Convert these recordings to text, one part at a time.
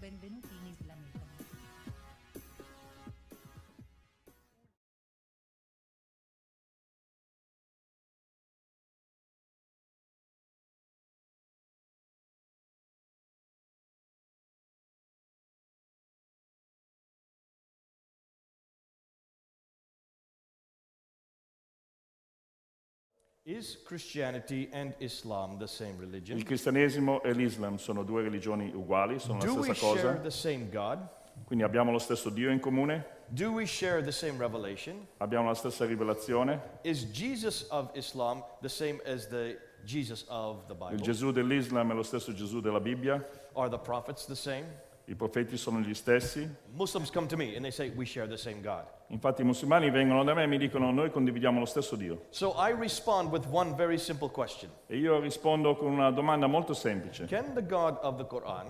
Benvenuti in Islamita. Is Christianity and Islam the same religion? Il cristianesimo e l'Islam sono due religioni uguali, sono la Do we stessa share cosa, the same God? quindi abbiamo lo stesso Dio in comune, Do we share the same revelation? abbiamo la stessa rivelazione, Is Jesus of Islam the same as the Jesus of the il Bible? Gesù dell'Islam è lo stesso Gesù della Bibbia, Are the prophets the same? i profeti sono gli stessi. Muslims come to me and they say we share the same God. Infatti i musulmani vengono da me e mi dicono noi condividiamo lo stesso Dio. So I respond with one very simple question. E io rispondo con una domanda molto semplice. Can the God of the Quran,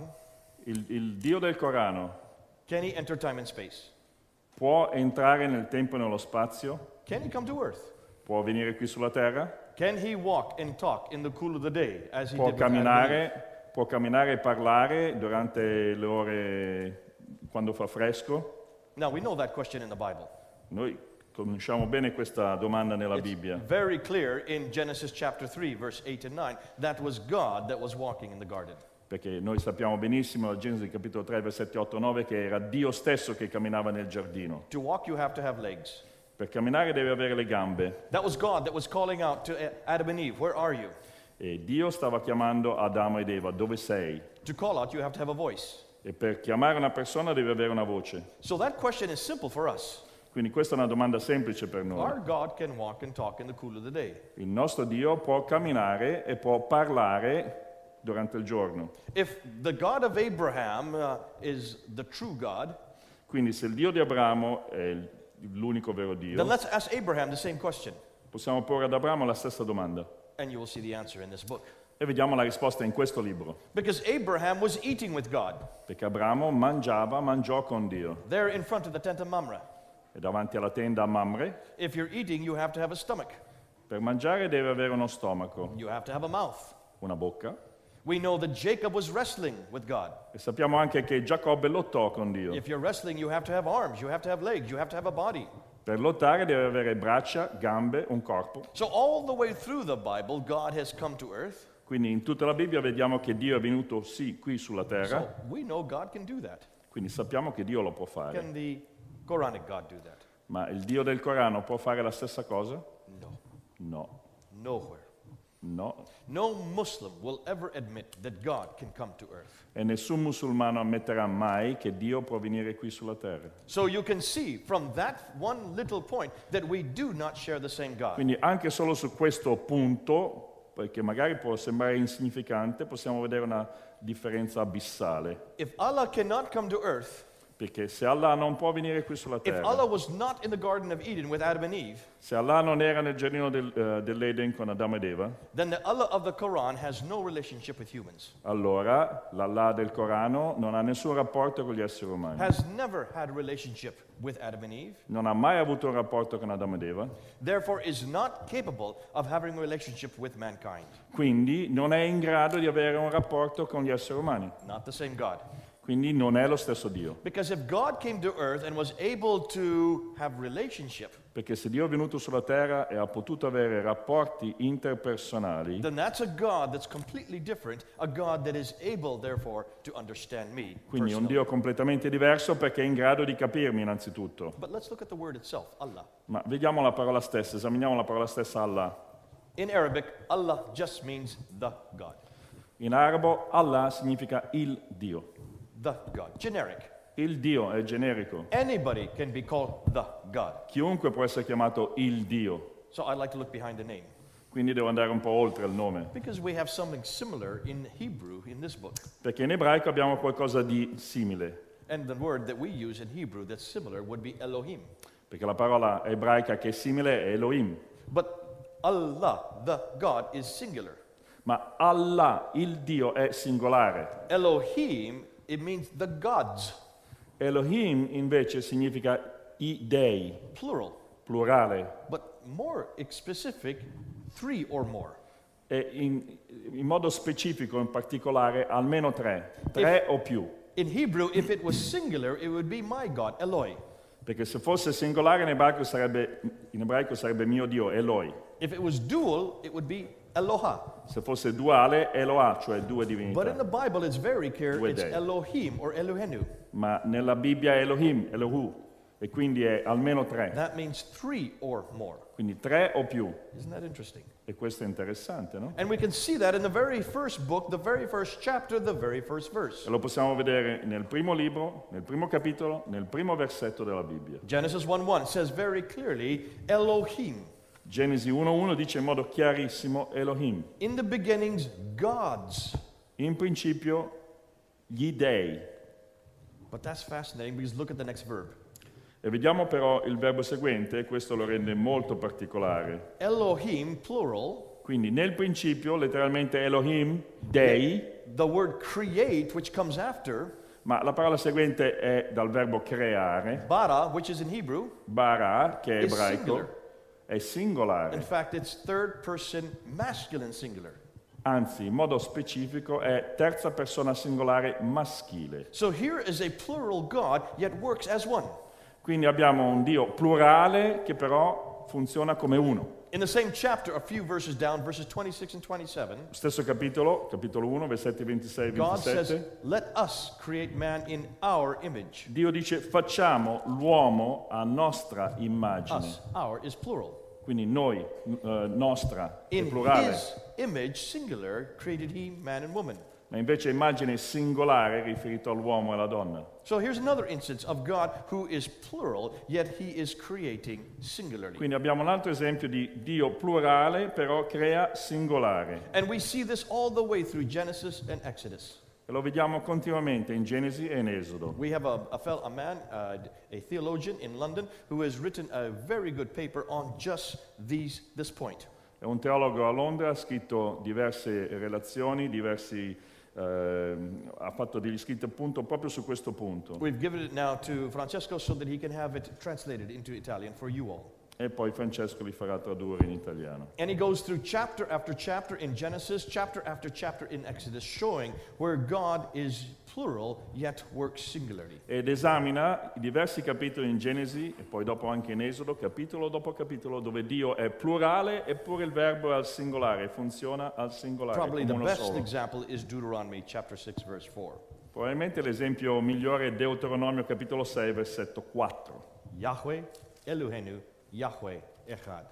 Il Dio del Corano can he enter time and space? può entrare nel tempo e nello spazio? Can he come to earth? Può venire qui sulla terra? Can he walk and talk in the cool of the day as he Può did with Adam and Eve? camminare e parlare durante le ore quando fa fresco? Now we know that question in the Bible. Noi conosciamo bene questa domanda nella It's Bibbia, very clear in Genesis chapter 3, verse 8 and 9, that was God that was walking in the garden. perché noi sappiamo benissimo a Genesi capitolo 3, versetti 8 e 9 che era Dio stesso che camminava nel giardino. To walk, you have to have legs. Per camminare deve avere le gambe That was God that was calling out to Adam and Eve, where are you? e Dio stava chiamando Adamo ed Eva, dove sei? To call out, you have to have a voice. E per chiamare una persona deve avere una voce. So that question is simple for us. Quindi questa è una domanda semplice per noi. Our God can walk and talk in the cool of the day. Il nostro Dio può camminare e può parlare durante il giorno. If the God of Abraham is the true God, Quindi se il Dio di Abramo è l'unico vero then Dio, let's ask Abraham the same question. possiamo porre ad Abramo la stessa domanda. And you will see the answer in this book. E vediamo la risposta in questo libro. Because Abraham was eating with God Perché Abramo mangiò con Dio. there in front of the tent of Mamre. E davanti alla tenda a Mamre, If you're eating, you have to have a stomach. per mangiare deve avere uno stomaco, You have to have a mouth. una bocca. We know that Jacob was wrestling with God. E sappiamo anche che Giacobbe lottò con Dio. If you're wrestling, you have to have arms, you have to have legs, you have to have a body. Per lottare deve avere braccia, gambe, un corpo. So all the way through the Bible, God has come to earth. Quindi in tutta la Bibbia vediamo che Dio è venuto sì qui sulla So terra, we know God can do that. quindi sappiamo che Dio lo può fare. Can the Quranic God do that? Ma il Dio del Corano può fare la stessa cosa? No. No, Nowhere. no. No Muslim will ever admit that God can come to earth. E nessun musulmano ammetterà mai che Dio può venire qui sulla terra. So you can see from that one little point that we do not share the same God. Quindi anche solo su questo punto, perché magari può sembrare insignificante, possiamo vedere una differenza abissale. If Allah cannot come to earth, Perché se Allah non può venire qui sulla if Allah terra, was not in the Garden of Eden with Adam and Eve, se Allah non era nel giardino dell'Eden con Adamo ed Eva, then the Allah of the Quran has no relationship with humans, allora l'Allah del Corano non ha nessun rapporto con gli esseri umani. has never had a relationship with Adam and Eve, Non ha mai avuto un rapporto con Adamo ed Eva, therefore is not capable of having a relationship with mankind. quindi non è in grado di avere un rapporto con gli esseri umani. Not the same God. Quindi non è lo stesso Dio. Because if God came to earth and was able to have relationship, Perché se Dio è venuto sulla terra e ha potuto avere rapporti interpersonali, then that's a God that's completely different, a God that is able, therefore, to understand me quindi è un personally. Dio completamente diverso perché è in grado di capirmi innanzitutto. But let's look at the word itself, Allah. Ma vediamo la parola stessa, esaminiamo la parola stessa Allah. In Arabic, Allah just means the God. In arabo Allah significa il Dio. The God. Generic. Il Dio è generico. Anybody can be called the God. Chiunque può essere chiamato il Dio. So I'd like to look behind the name. Quindi devo andare un po' oltre il nome. Because we have something similar in Hebrew in this book. Perché in ebraico abbiamo qualcosa di simile. And the word that we use in Hebrew that's similar would be Elohim. Perché la parola ebraica che è simile è Elohim. But Allah, the God, is singular. Ma Allah, il Dio, è singolare. Elohim, it means the gods, Elohim invece significa i dei, plural. plurale. But more specific, 3 or more. E in modo specifico, in particolare, almeno tre o più. In Hebrew, if it was singular, it would be my God, Eloi. Perché se fosse singolare in ebraico sarebbe mio Dio, Eloi. If it was dual, it would be Eloha. Se fosse duale, Eloah, cioè due But in divinità. the Bible, it's very clear Due it's dei. Elohim or Elohenu. Ma nella Bibbia è Elohim, Elohu, e quindi è almeno tre. That means three or more. Quindi tre o più. Isn't that interesting? E questo è interessante, no? And we can see that in the very first book, the very first chapter, the very first verse. E lo possiamo vedere nel primo libro, nel primo capitolo, nel primo versetto della Bibbia. Genesis 1:1 says very clearly, Elohim. Genesi 1:1 dice in modo chiarissimo Elohim. In the beginnings, gods. In principio gli dei. But that's fascinating because look at the next verb. E vediamo però il verbo seguente, e questo lo rende molto particolare. Elohim, plural. Quindi nel principio, letteralmente Elohim, dei, The word create, which comes after, ma la parola seguente è dal verbo creare, bara, which is in Hebrew, bara, che è Is ebraico, singular. è in singolare. fact, it's third person masculine singular. Anzi, in modo specifico è terza persona singolare maschile. So here is a plural God, yet works as one. Quindi abbiamo un Dio plurale che però funziona come uno. In the same chapter, a few verses down, verses 26 and 27, Stesso capitolo, capitolo 1, versetti 26 e God 27. says, let us create man in our image. Dio dice facciamo l'uomo a nostra immagine. Us, our is plural. Quindi noi, nostra, è In plurale. his image, singular, created he man and woman. Ma invece immagine singolare riferito all'uomo e alla donna. So here's another instance of God who is plural, yet he is creating singularly. Quindi abbiamo un altro esempio di Dio plurale, però crea singolare. And we see this all the way through Genesis and Exodus. E lo vediamo continuamente in Genesi e in Esodo. We have a man, a theologian in London, who has written a very good paper on just this point. È un teologo a Londra, ha scritto diverse relazioni, ha fatto degli scritti appunto proprio su questo punto. We've given it now to Francesco so that he can have it translated into Italian for you all. E poi Francesco li farà tradurre in italiano. And he goes through chapter after chapter in Genesis, chapter after chapter in Exodus, showing where God is plural yet works singularly. Ed esamina i diversi capitoli in Genesi e poi dopo anche in Esodo, capitolo dopo capitolo, dove Dio è plurale eppure il verbo è al singolare, funziona al singolare, Probably come the uno best solo. example is Deuteronomy chapter 6 verse 4. Probabilmente l'esempio migliore è Deuteronomio capitolo 6, versetto 4. Yahweh Elohenu Yahweh Echad.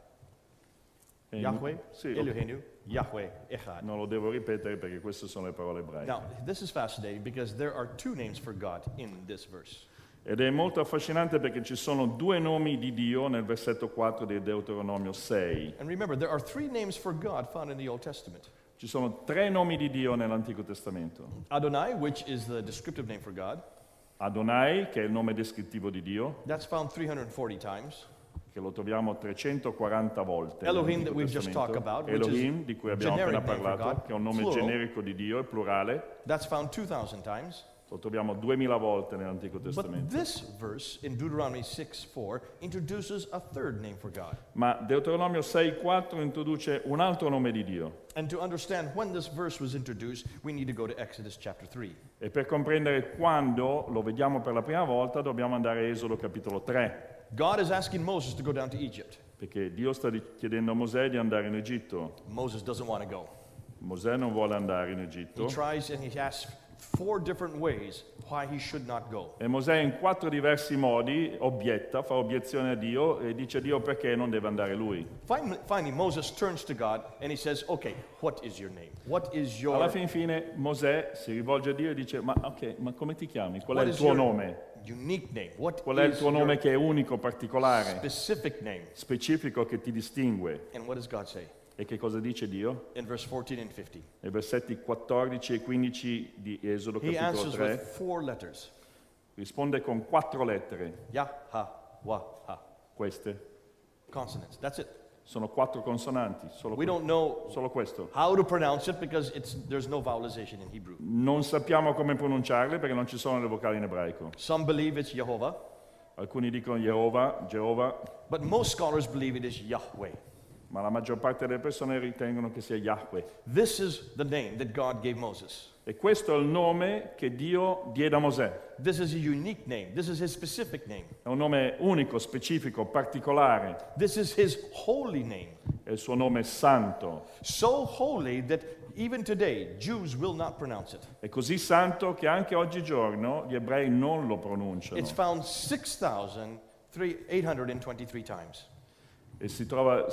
E- Yahweh Sì, ok. Elohenu Yahweh Echad. Non lo devo ripetere perché queste sono le parole ebraiche. Now, this is fascinating because there are two names for God in this verse. Ed è molto affascinante perché ci sono due nomi di Dio nel versetto 4 di Deuteronomio 6. And remember, there are three names for God found in the Old Testament. Ci sono tre nomi di Dio nell'Antico Testamento. Adonai, which is the descriptive name for God, Adonai, che è il nome descrittivo di Dio, that's found 340 times. che lo troviamo 340 volte. Elohim, nell'Antico that we've just Testamento. talked about, which is Elohim, di cui abbiamo appena generic name for parlato, God, che è un nome plural. generico di Dio, è plurale. That's found 2,000 times. Lo troviamo 2000 volte nell'Antico But Testamento. this verse in Deuteronomy 6:4 introduces a third name for God. Ma Deuteronomio 6,4 introduce un altro nome di Dio. And to understand when this verse was introduced, we need to go to Exodus chapter 3. E per comprendere quando lo vediamo per la prima volta dobbiamo andare a Esodo capitolo 3. God is asking Moses to go down to Egypt. Perché Dio sta chiedendo a Mosè di andare in Egitto. Moses doesn't want to go. Mosè non vuole andare in He Egitto. tries and he asks 4 different ways why he should not go. E Mosè in 4 diversi modi fa obiezione a Dio e dice a Dio perché non deve andare lui. Finally, Moses turns to God and he says, okay, what is your name? What is Alla your, fine Mosè si rivolge a Dio e dice ma come ti chiami? Qual è what il is tuo your nome? unique name? What Qual è il is tuo nome your che è unico, particolare, specific name? specifico che ti distingue? And what does God say? E che cosa dice Dio? In verse 14 and 15. Nei versetti 14 e 15 di Esodo He capitolo answers 3 with 4 letters. risponde con 4 lettere. Yah, ha, wa, ha. Queste Consonants. That's it. sono 4 consonanti, We don't know solo questo. how to pronounce it because there's no vowelization in Hebrew. Non sappiamo come pronunciarle perché non ci sono le vocali in ebraico. Some believe it's Jehovah, Alcuni dicono Geova, but most scholars believe it is Yahweh. ma la maggior parte delle persone ritengono che sia Yahweh. This is the name that God gave Moses. E questo è il nome che Dio diede a Mosè. This is a unique name. This is his specific name. È un nome unico, specifico, particolare. This is his holy name. È il suo nome santo. So holy that even today Jews will not pronounce it. È così santo che anche oggigiorno gli ebrei non lo pronunciano. It's found 6,823 times. E si trova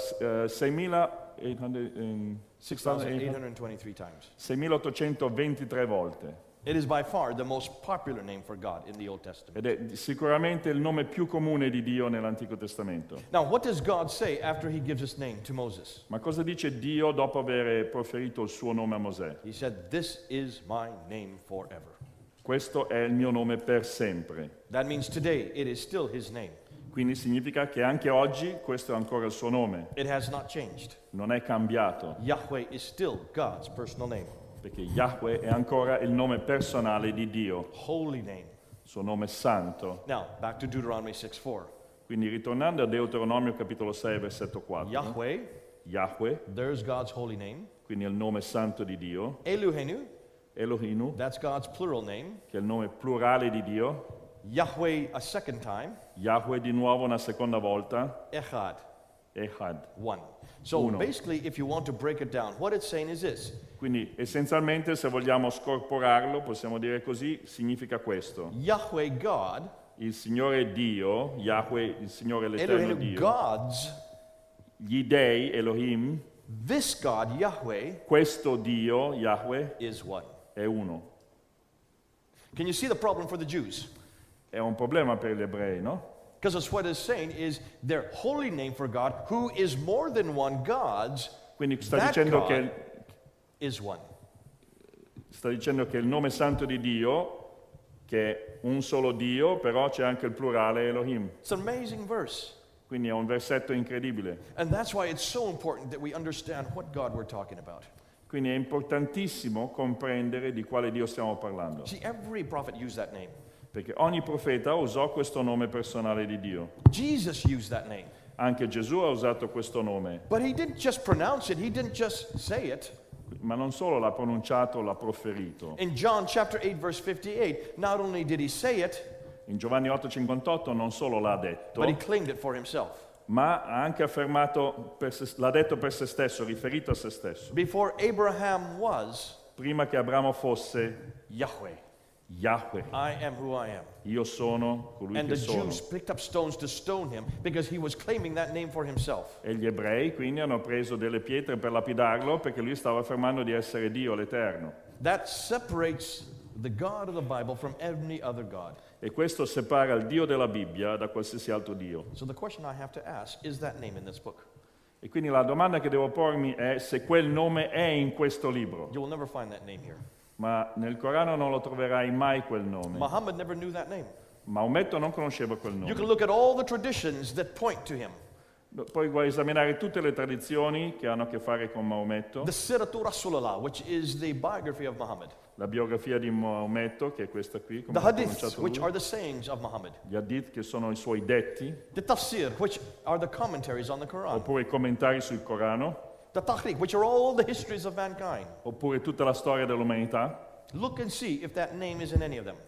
6.823 times. 6.823 volte. It is by far the most popular name for God in the Old Testament. Ed è sicuramente il nome più comune di Dio nell'Antico Testamento. Now, what does God say after he gives his name to Moses? Ma cosa dice Dio dopo aver proferito il suo nome a Mosè? He said, "This is my name forever." Questo è il mio nome per sempre. That means today it is still his name. Quindi significa che anche oggi questo è ancora il suo nome. It has not changed. Non è cambiato, Yahweh is still God's personal name, perché Yahweh è ancora il nome personale di Dio, holy name. il suo nome santo. Now, back to Deuteronomy 6:4. Quindi ritornando a Deuteronomio capitolo 6, versetto 4. Yahweh, Yahweh, there's God's holy name. quindi è il nome santo di Dio. Elohenu, Elohim, that's God's plural name. che è il nome plurale di Dio. Yahweh a second time. Yahweh di nuovo una seconda volta. Echad, Echad. one. So Uno. basically, if you want to break it down, what it's saying is this. Quindi essenzialmente, se vogliamo scorporarlo, possiamo dire così, significa questo. Yahweh God, Il Signore Dio, Yahweh, il Signore l'Eterno Elohim Dio, gods, gli dei, Elohim, this God, Yahweh, questo Dio, Yahweh, is one. è uno. Can you see the problem for the Jews? È un problema per gli ebrei, no? Because what it's saying is their holy name for God, who is more than one God's, Quindi sta that dicendo, God is one. che il nome santo di Dio, che è un solo Dio, però c'è anche il plurale Elohim. It's an amazing verse. Quindi è un versetto incredibile. And that's why it's so important that we understand what God we're talking about. Quindi è importantissimo comprendere di quale Dio stiamo parlando. See, every prophet used that name. Perché ogni profeta usò questo nome personale di Dio. Jesus used that name. Anche Gesù ha usato questo nome, But he didn't just pronounce it, he didn't just say it. ma non solo l'ha pronunciato, l'ha proferito. In John chapter 8 verse 58, not only did he say it, In Giovanni 8,58 non solo l'ha detto, but he claimed it for himself. ma ha anche affermato, l'ha detto per se stesso, riferito a se stesso. Before Abraham was, Prima che Abramo fosse Yahweh, Yahweh, I am who I am. io sono colui And che the sono. Jews picked up stones to stone him because he was claiming that name for himself. E gli ebrei quindi hanno preso delle pietre per lapidarlo perché lui stava affermando di essere Dio, l'Eterno. That separates the God of the Bible from any other God. E questo separa il Dio della Bibbia da qualsiasi altro Dio. So the question I have to ask, is that name in this book? E quindi la domanda che devo pormi è se quel nome è in questo libro. You will never find that name here. Ma nel Corano non lo troverai mai quel nome. Muhammad never knew that name. Maometto non conosceva quel You can nome. look at all the traditions that point to him. Poi vuoi esaminare tutte le tradizioni che hanno a che fare con Maometto, The Siratu Rasulullah, which is the biography of Muhammad. la biografia di Maometto, che è questa qui, come The l'ha Hadiths, pronunciato which lui, are the sayings of Muhammad. gli hadith, che sono i suoi detti, The Tafsir, which are the commentaries on the Quran. oppure i commentari sul Corano, The Tariq, which are all the histories of mankind. oppure tutta la storia dell'umanità. Look and see if that name is in any of them.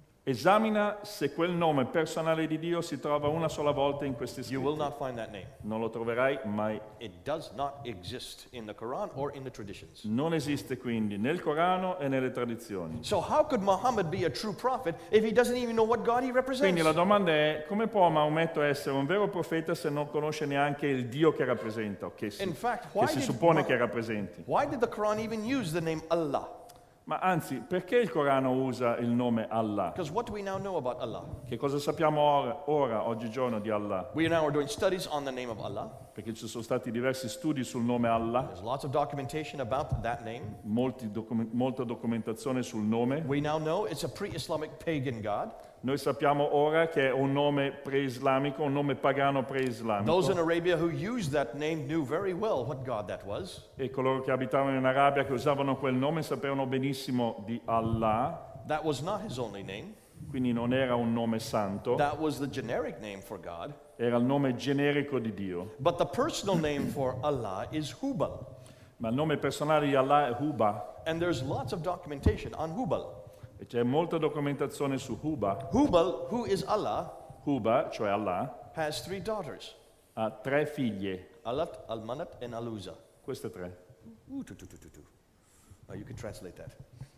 Esamina se quel nome personale di Dio si trova una sola volta in questi You will scritti. not find that name. Non lo troverai mai. It does not exist in the Quran or in the traditions. Non esiste quindi nel Corano e nelle tradizioni. So how could Muhammad be a true prophet if he doesn't even know what God he represents? Quindi la domanda è: come può Maometto essere un vero profeta se non conosce neanche il Dio che rappresenta, o che si, In fact, che si suppone che rappresenti? why did the Quran even use the name Allah? Ma anzi, perché il Corano usa il nome Allah? Because what do we now know about Allah? Che cosa sappiamo ora, oggigiorno di Allah? We now are doing studies on the name of Allah. Perché ci sono stati diversi studi sul nome Allah, There's lots of documentation about that name. molta documentazione sul nome. We now know it's a pre-Islamic pagan god. Noi sappiamo ora che è un nome pre-islamico, un nome pagano Those in pre-islamico. Arabia who used that name knew very well what god that was. E coloro che abitavano in Arabia, che usavano quel nome, sapevano benissimo di Allah, That was not his only name. quindi non era un nome santo, That was the generic name for God. era il nome generico di Dio. But the personal name for Allah is Hubal. Ma il nome personale di Allah è Huba. And there's lots of documentation on Hubal. E c'è molta documentazione su Huba. Hubal, who is Allah, Huba, cioè Allah, has 3 daughters, ha 3 figlie. Alat, Almanat, and Aluza. Queste 3. Ooh, tu, tu, tu, tu, tu. Oh, you can translate that.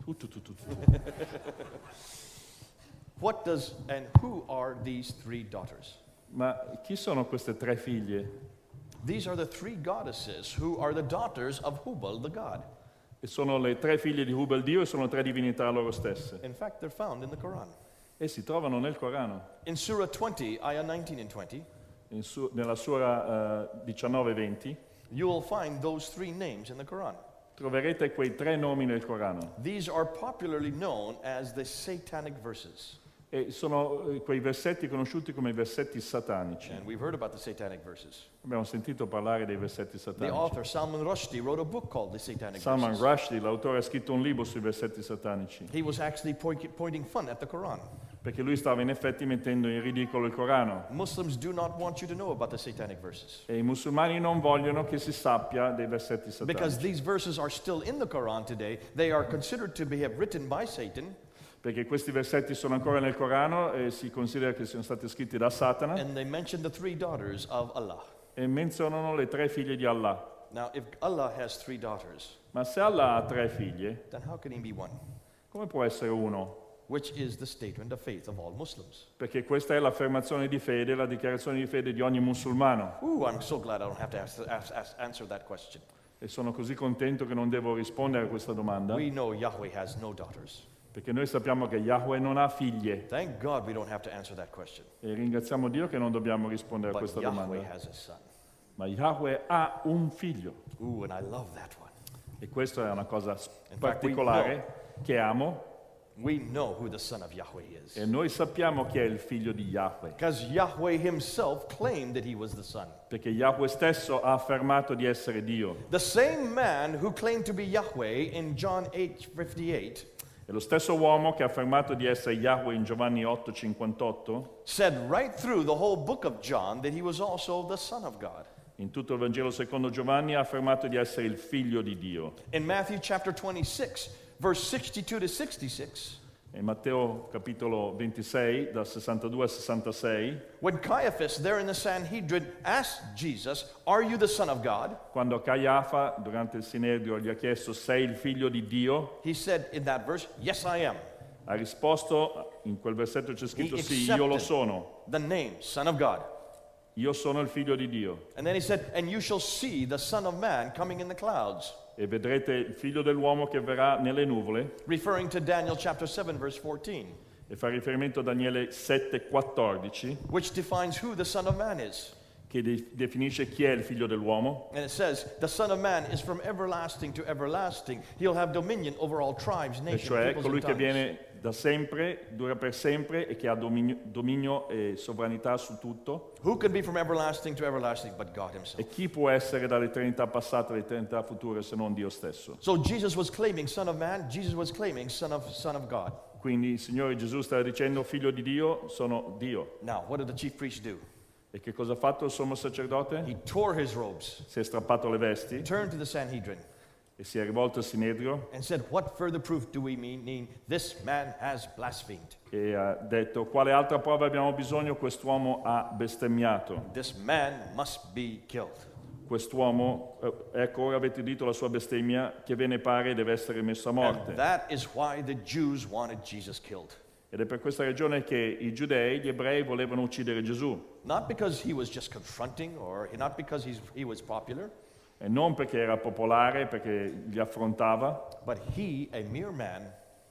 What does and who are these 3 daughters? Ma chi sono queste 3 figlie? These are the 3 goddesses who are the daughters of Hubal, the god. E sono le 3 figlie di Hubal Dio e sono 3 divinità loro stesse. In fact, they're found in the Quran. E si trovano nel Corano. In Surah 20, ayah 19 and 20, Nella Sura 19-20 you will find those 3 names in the Quran. troverete quei 3 nomi nel Corano. These are popularly known as the satanic verses. E sono quei versetti conosciuti come versetti satanici. And we've heard about the satanic verses. Abbiamo sentito parlare dei versetti The satanici. author Salman Rushdie wrote a book called The Satanic Salman Verses. Rushdie, l'autore, ha scritto un libro sui versetti satanici, He was actually pointing fun at the Quran. perché lui stava in effetti mettendo in ridicolo il Corano. Muslims do not want you to know about the satanic verses E i musulmani non vogliono che si sappia dei versetti because satanici, these verses are still in the Quran today. They are considered to be written by Satan, perché questi versetti sono ancora nel Corano e si considera che siano stati scritti da Satana and they mention the 3 daughters of Allah. e menzionano le 3 figlie di Allah. Now, if Allah has 3 daughters, Ma se Allah ha 3 figlie, then how can he be one? come può essere uno? Which is the statement of faith of all Muslims. Perché questa è l'affermazione di fede, la dichiarazione di fede di ogni musulmano. Ooh, I'm so glad I don't have to answer that question. E sono così contento che non devo rispondere a questa domanda, We know Yahweh has no daughters. perché noi sappiamo che Yahweh non ha figlie. Thank God we don't have to answer that question. E ringraziamo Dio che non dobbiamo rispondere a But questa Yahweh domanda. has a son. Ma Yahweh ha un figlio. Ooh, and I love that one. E questa è una cosa fact, particolare che amo. We know who the son of Yahweh is. E noi sappiamo chi è il figlio di Yahweh. Because Yahweh himself claimed that he was the son. Perché Yahweh stesso ha affermato di essere Dio. The same man who claimed to be Yahweh in John 8:58 E lo stesso uomo che ha affermato di essere Yahweh in Giovanni 8,58, said right through the whole book of John that he was also the son of God. in tutto il Vangelo secondo Giovanni ha affermato di essere il figlio di Dio. In Matthew chapter 26, verse 62 to 66, In Matteo capitolo 26, dal 62 al 66, when Caiaphas there in the Sanhedrin asked Jesus, "Are you the son of God?" quando Caiafa, durante il Sinedrio, gli ha chiesto sei il figlio di Dio, He said in that verse, "Yes, I am." ha risposto, in quel versetto c'è scritto He sì, io lo accepted sono, the name, Son of God. io sono il figlio di Dio. And then he said, "And you shall see the Son of Man coming in the clouds," E vedrete il figlio dell'uomo che verrà nelle nuvole, referring to Daniel chapter 7, verse 14, e fa riferimento a Daniele 7,14, which defines who the Son of Man is. che definisce chi è il figlio dell'uomo. And it says, "The Son of Man is from everlasting to everlasting. He'll have dominion over all tribes, E nations, cioè peoples, colui and che tongues." viene da sempre, dura per sempre e che ha dominio e sovranità su tutto. Who can be from everlasting to everlasting but God himself? E chi può essere dall'eternità passata all'eternità futura se non Dio stesso? So Jesus was claiming Son of Man, Jesus was claiming Son of God. Quindi il Signore Gesù stava dicendo figlio di Dio, sono Dio. Now, what did the chief priest do? E che cosa ha fatto il sommo sacerdote? He tore his robes, Si è strappato le vesti turned to the Sanhedrin, e si è rivolto al Sinedrio and said, "What further proof do we mean this man has blasphemed? e ha detto quale altra prova abbiamo bisogno? Quest'uomo ha bestemmiato. This man must be killed." Quest'uomo, ecco ora avete udito la sua bestemmia, che ve ne pare deve essere messo a morte. And that is why the Jews wanted Jesus killed. Ed è per questa ragione che i giudei, gli ebrei, volevano uccidere Gesù. Not because he was just confronting or not because he was popular, E non perché era popolare, perché li affrontava, but he, a mere man,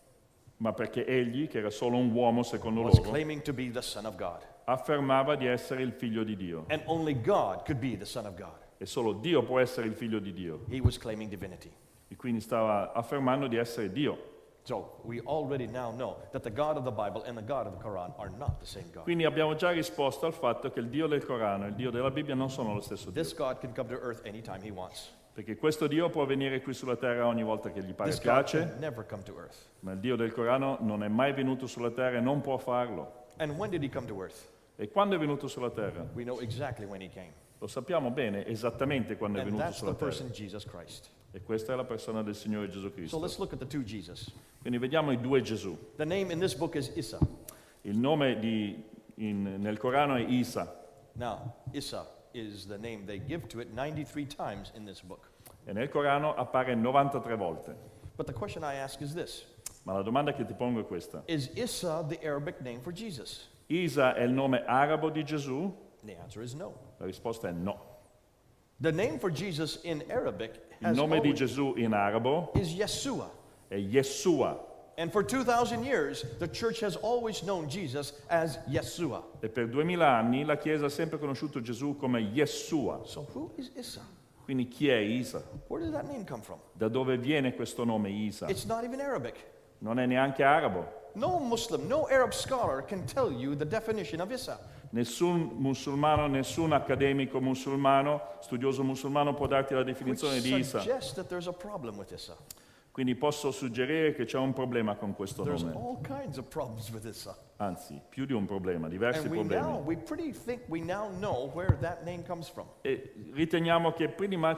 ma perché egli, che era solo un uomo secondo was loro, claiming to be the Son of God. affermava di essere il figlio di Dio. And only God could be the Son of God. E solo Dio può essere il figlio di Dio. He was claiming divinity. E quindi stava affermando di essere Dio. So we already now know that the God of the Bible and the God of the Quran are not the same God. Quindi abbiamo già risposto al fatto che il Dio del Corano e il Dio della Bibbia non sono lo stesso Dio. This God can come to earth anytime he wants. Perché questo Dio può venire qui sulla terra ogni volta che gli pare This God piace, can never come to earth. ma il Dio del Corano non è mai venuto sulla terra e non può farlo. And when did he come to earth? E quando è venuto sulla terra? We know exactly when he came. Lo sappiamo bene, esattamente quando è And venuto that's sulla the terra. person Jesus Christ. E questa è la persona del Signore Gesù So Cristo. let's look at the two Jesus. Quindi vediamo i due Gesù. The name in this book is Issa. Il nome nel Corano è Isa. Now, Issa is the name they give to it 93 times in this book. E nel Corano appare 93 volte. But the question I ask is this. Ma la domanda che ti pongo è questa. Is Issa the Arabic name for Jesus? Isa è il nome arabo di Gesù? The answer is no. La risposta è no. The name for Jesus in Arabic Il nome di always, Gesù in arabo is Yeshua. è Yeshua. And for 2,000 years, the church has always known Jesus as Yeshua. E per 2000 anni la Chiesa ha sempre conosciuto Gesù come Yeshua. So who is Issa? Quindi chi è Isa? Where did that name come from? Da dove viene questo nome Isa? It's not even Arabic. Non è neanche arabo. No Muslim, no Arab scholar can tell you the definition of Issa. Nessun musulmano, nessun accademico musulmano, studioso musulmano può darti la Which definizione di Isa. suggests that there's a problem with Issa. Quindi posso suggerire che c'è un problema con questo There's nome. all kinds of problems with Issa. Anzi, più di un problema, diversi And problemi. we pretty think we now know where that name comes from. E riteniamo che,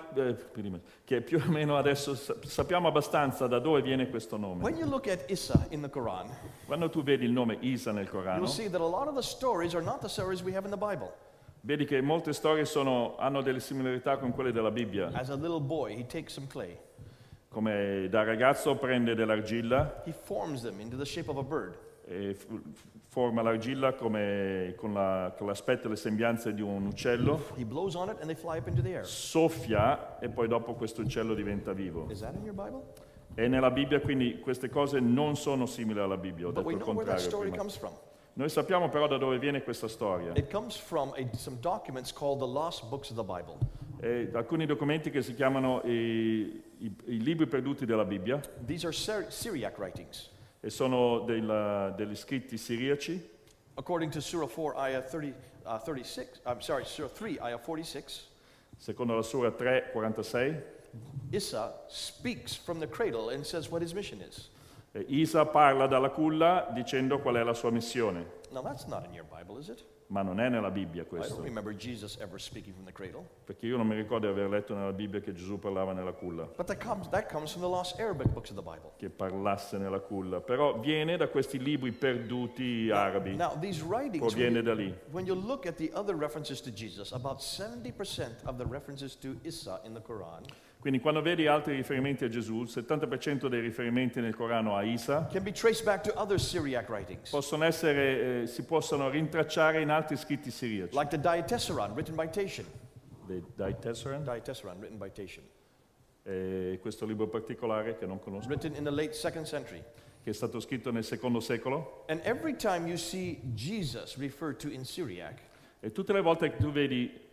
che più o meno adesso sappiamo abbastanza da dove viene questo nome. When you look at Issa in the Quran, Quando tu vedi il nome Isa nel you'll Corano, see that a lot of the stories are not the stories we have in the Bible. vedi che molte storie hanno delle similarità con quelle della Bibbia. As a little boy, he takes some clay. Come da ragazzo prende dell'argilla He forms them into the shape of a bird. e forma l'argilla con l'aspetto e le sembianze di un uccello, He blows on it and they fly up into the air. soffia e poi dopo questo uccello diventa vivo. Is that in your Bible? E nella Bibbia quindi queste cose non sono simili alla Bibbia, ho But detto we il know where that contrario story prima. comes from. Noi sappiamo però da dove viene questa storia. It comes from some documents called the lost books of the Bible. Alcuni documenti che si chiamano i libri perduti della Bibbia These are Syriac writings. e sono degli scritti siriaci. According to Surah 4, Ayah 36, Surah 3, Ayah 46, Secondo la Sura 3:46, Issa speaks from the cradle and says what his mission is. Isa parla dalla culla dicendo qual è la sua missione, Now that's not in your Bible, is it? ma non è nella Bibbia I don't questo, remember Jesus ever speaking from the cradle. perché io non mi ricordo di aver letto nella Bibbia che Gesù parlava nella culla, But that comes from the lost Arabic books of the Bible. che parlasse nella culla, però viene da questi libri perduti arabi, Now these writings, proviene da lì. when you look at the other references to Jesus, about 70% of the references to Issa in the Quran Quindi quando vedi altri riferimenti a Gesù, il 70% dei riferimenti nel Corano a Isa can be traced back to other Syriac writings, si possono rintracciare in altri scritti siriaci. like the Diatessaron written by Tatian. Diatessaron, Diatessaron written by Tatian, questo libro particolare che non conosco, written in the late 2nd century. che è stato scritto nel secondo secolo. And every time you see Jesus referred to in Syriac, E tutte le volte che tu vedi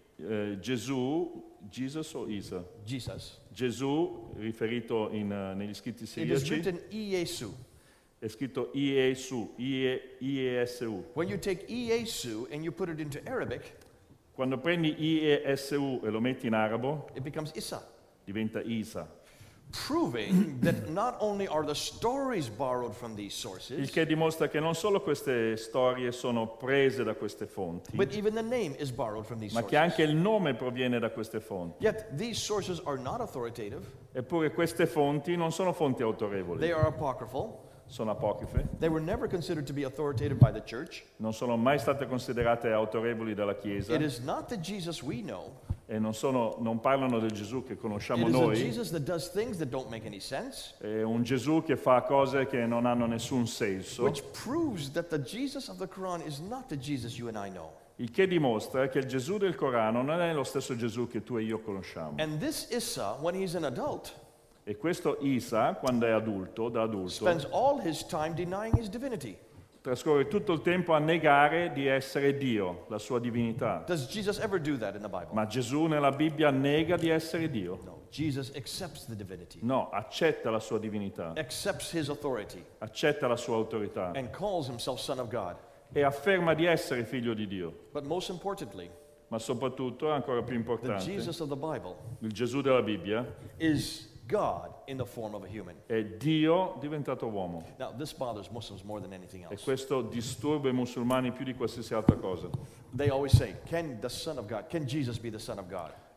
Jesus o Isa? Jesus, Gesù riferito negli scritti it is siriaci written Iesu. è scritto Iesu, Iesu. When you take Iesu and you put it into Arabic, Quando prendi Iesu e lo metti in arabo, it becomes Issa, diventa Isa. proving that not only are the stories borrowed from these Il sources, che dimostra che non solo queste storie sono prese da queste fonti, but even the name is borrowed from these ma che sources. anche il nome proviene da queste fonti. Yet these sources are not authoritative, Eppure queste fonti non sono fonti they autorevoli, are apocryphal, sono apocrife, they were never considered to be authoritative by the church. non sono mai state considerate autorevoli dalla Chiesa It is not the Jesus we know. e non parlano del Gesù che It conosciamo is a noi. Jesus that does things that don't make any sense, È un Gesù che fa cose che non hanno nessun senso, which proves that the Jesus of the Quran is not the Jesus you and I know. il che dimostra che il Gesù del Corano non è lo stesso Gesù che tu e io conosciamo. And this Issa, when he's an adult, E questo Isa, quando è adulto, da adulto, spends all his time denying his divinity. trascorre tutto il tempo a negare di essere Dio, la sua divinità. Does Jesus ever do that in the Bible? Ma Gesù nella Bibbia nega di essere Dio. No. Jesus accepts the divinity, No, accetta la sua divinità, accepts his authority, accetta la sua autorità and calls himself Son of God. e afferma di essere figlio di Dio. But most importantly, Ma soprattutto, ancora più the importante, Jesus of the Bible il Gesù della Bibbia is God in the form of a human. è Dio diventato uomo. Now, this bothers Muslims more than anything E else. questo disturba i musulmani più di qualsiasi altra cosa. They always say, can Jesus be the Son of God?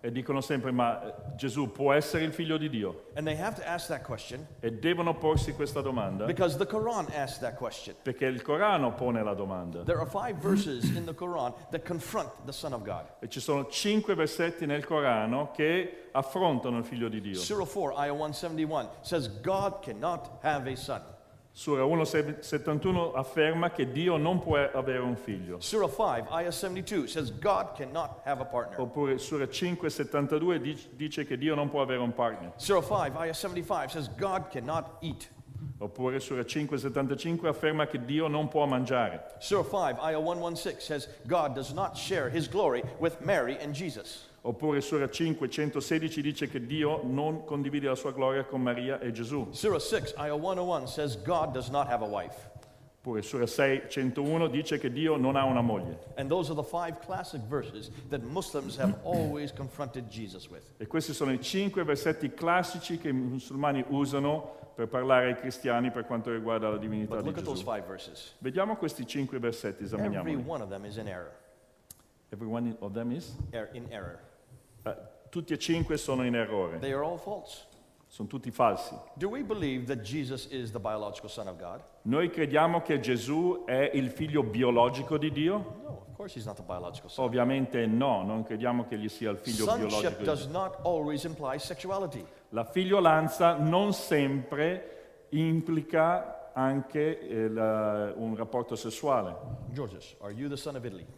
E dicono sempre, ma Gesù può essere il figlio di Dio? And they have to ask that question E devono porsi questa domanda because the Quran asks that question. perché il Corano pone la domanda. There are 5 verses in the Quran that confront the Son of God. E ci sono 5 versetti nel Corano che affrontano il figlio di Dio. Surah 4, ayah 171 says God cannot have a son. Sura 1,71 afferma che Dio non può avere un figlio. Surah 5, ayah 72 says God cannot have a partner. Oppure Sura 5,72 dice che Dio non può avere un partner. Surah 5, ayah 75 says God cannot eat. Oppure Sura 5,75 afferma che Dio non può mangiare. Surah 5, ayah 116 says God does not share his glory with Mary and Jesus. Oppure Sura 5,116 dice che Dio non condivide la sua gloria con Maria e Gesù. Surah 6, ayah 101 says God does not have a wife. Oppure Sura 6,101 dice che Dio non ha una moglie. And those are the 5 classic verses that Muslims have always confronted Jesus with. E questi sono i 5 versetti classici che i musulmani usano per parlare ai cristiani per quanto riguarda la divinità But di look at those Gesù. 5 verses. Vediamo questi 5 versetti, Every esaminiamoli. one of them is in error. Every one of them is? In error. Tutti e 5 sono in errore, They are all false. sono tutti falsi. Do we believe that Jesus is the biological Son of God? Noi crediamo che Gesù è il figlio biologico di Dio? No, of course he's not the biological Son. Ovviamente no, non crediamo che egli sia il figlio biologico Sonship di does Dio. not always imply sexuality. La figliolanza non sempre implica anche un rapporto sessuale. Georges, are you the son of Italy?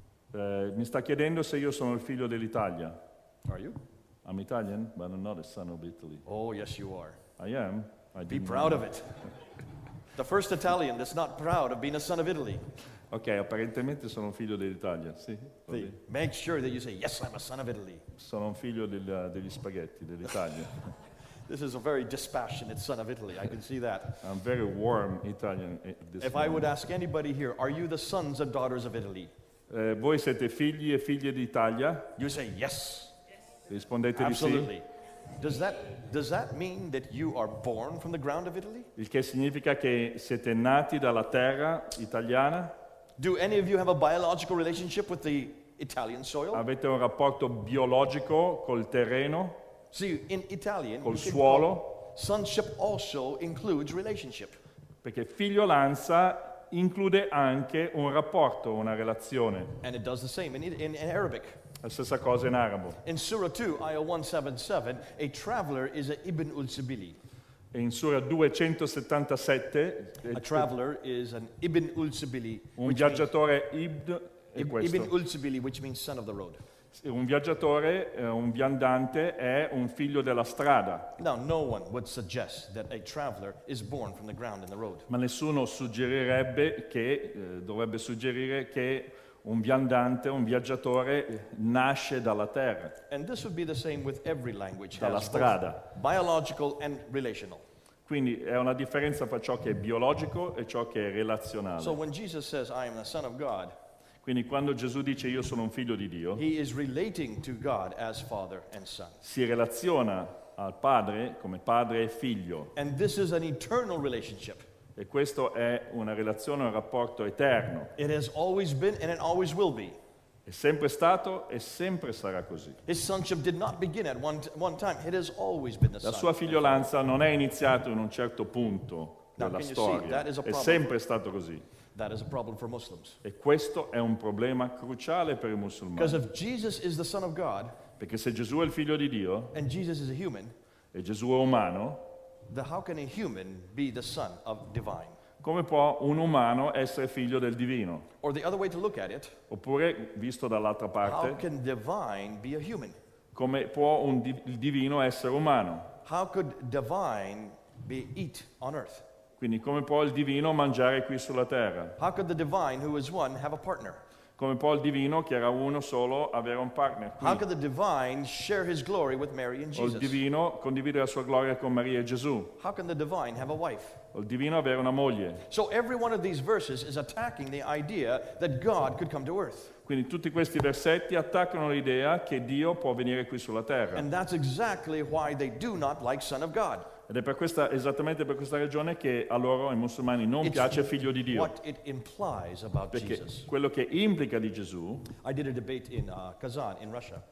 Mi sta chiedendo se io sono il figlio dell'Italia. Are you? I'm Italian, but I'm not a son of Italy. Oh, yes, you are. I am. I Be didn't proud know. of it. The first Italian that's not proud of being a son of Italy. Ok, apparentemente sono un figlio dell'Italia, sì. va bene. Make sure that you say, yes, I'm a son of Italy. Sono un figlio degli spaghetti, dell'Italia. This is a very dispassionate son of Italy. I can see that. I'm very warm Italian at this If I would moment. ask anybody here, are you the sons and daughters of Italy? Voi siete figli e figlie d'Italia? You say yes. Rispondete di sì. Absolutely. Does that mean that you are born from the ground of Italy? Il che significa che siete nati dalla terra italiana? Do any of you have a biological relationship with the Italian soil? Avete un rapporto biologico col terreno, See, in Italian, col you can suolo? call- sonship also includes relationship. Perché figliolanza include anche un rapporto, una relazione. And it does the same in Arabic. La stessa cosa in arabo. In Surah 2, ayah 177, a traveler is a ibn ul-Sabili. E in Sura 277 A traveler is an ibn ul-Sabili, un which means, viaggiatore ibn è ibn questo. ul-Sabili, which means son of the road. Un viaggiatore, un viandante è un figlio della strada, Now, no one would suggest that a traveler is born from the ground in the road. ma nessuno suggerirebbe che, dovrebbe suggerire che un viandante, un viaggiatore nasce dalla terra, And this would be the same with every language, dalla has strada. both biological and relational. Quindi è una differenza fra ciò che è biologico e ciò che è relazionale. So when Jesus says, I am the Son of God, Quindi quando Gesù dice io sono un figlio di Dio, he is relating to God as Father and Son. si relaziona al Padre come padre e figlio. And this is an eternal relationship. E questo è una relazione, un rapporto eterno. It has always been and it always will be. È sempre stato e sempre sarà così. His sonship did not begin at one time. It has always been the La Son. sua figliolanza non è iniziata in un certo punto Now, della can you see, storia, that is a è problem. sempre stato così. That is a problem for Muslims. E questo è un problema cruciale per i Because musulmani. if Jesus is the Son of God Perché se Gesù è il figlio di Dio and Jesus is a human, e Gesù è umano, then how can a human be the son of divine? come può un umano essere figlio del divino? Or the other way to look at it, Oppure, visto dall'altra how parte, can divine be a human? come può il divino essere umano? How could divine be eat on earth? Quindi come può il divino mangiare qui sulla terra? How could the divine who is one have a partner? Come può il divino, che era uno solo, avere un partner How qui? could the divine share his glory with Mary and O il Jesus? divino condividere la sua gloria con Maria e Gesù? How can the divine have a wife? O il divino avere una moglie? So every one of these verses is attacking the idea that God could come to earth. Quindi tutti questi versetti attaccano l'idea che Dio può venire qui sulla terra. And that's exactly why they do not like Son of God. Ed è esattamente per questa ragione che a loro, ai musulmani, non It's piace figlio di Dio. what it implies about Perché Jesus. quello che implica di Gesù, I did a debate in Kazan, in Russia.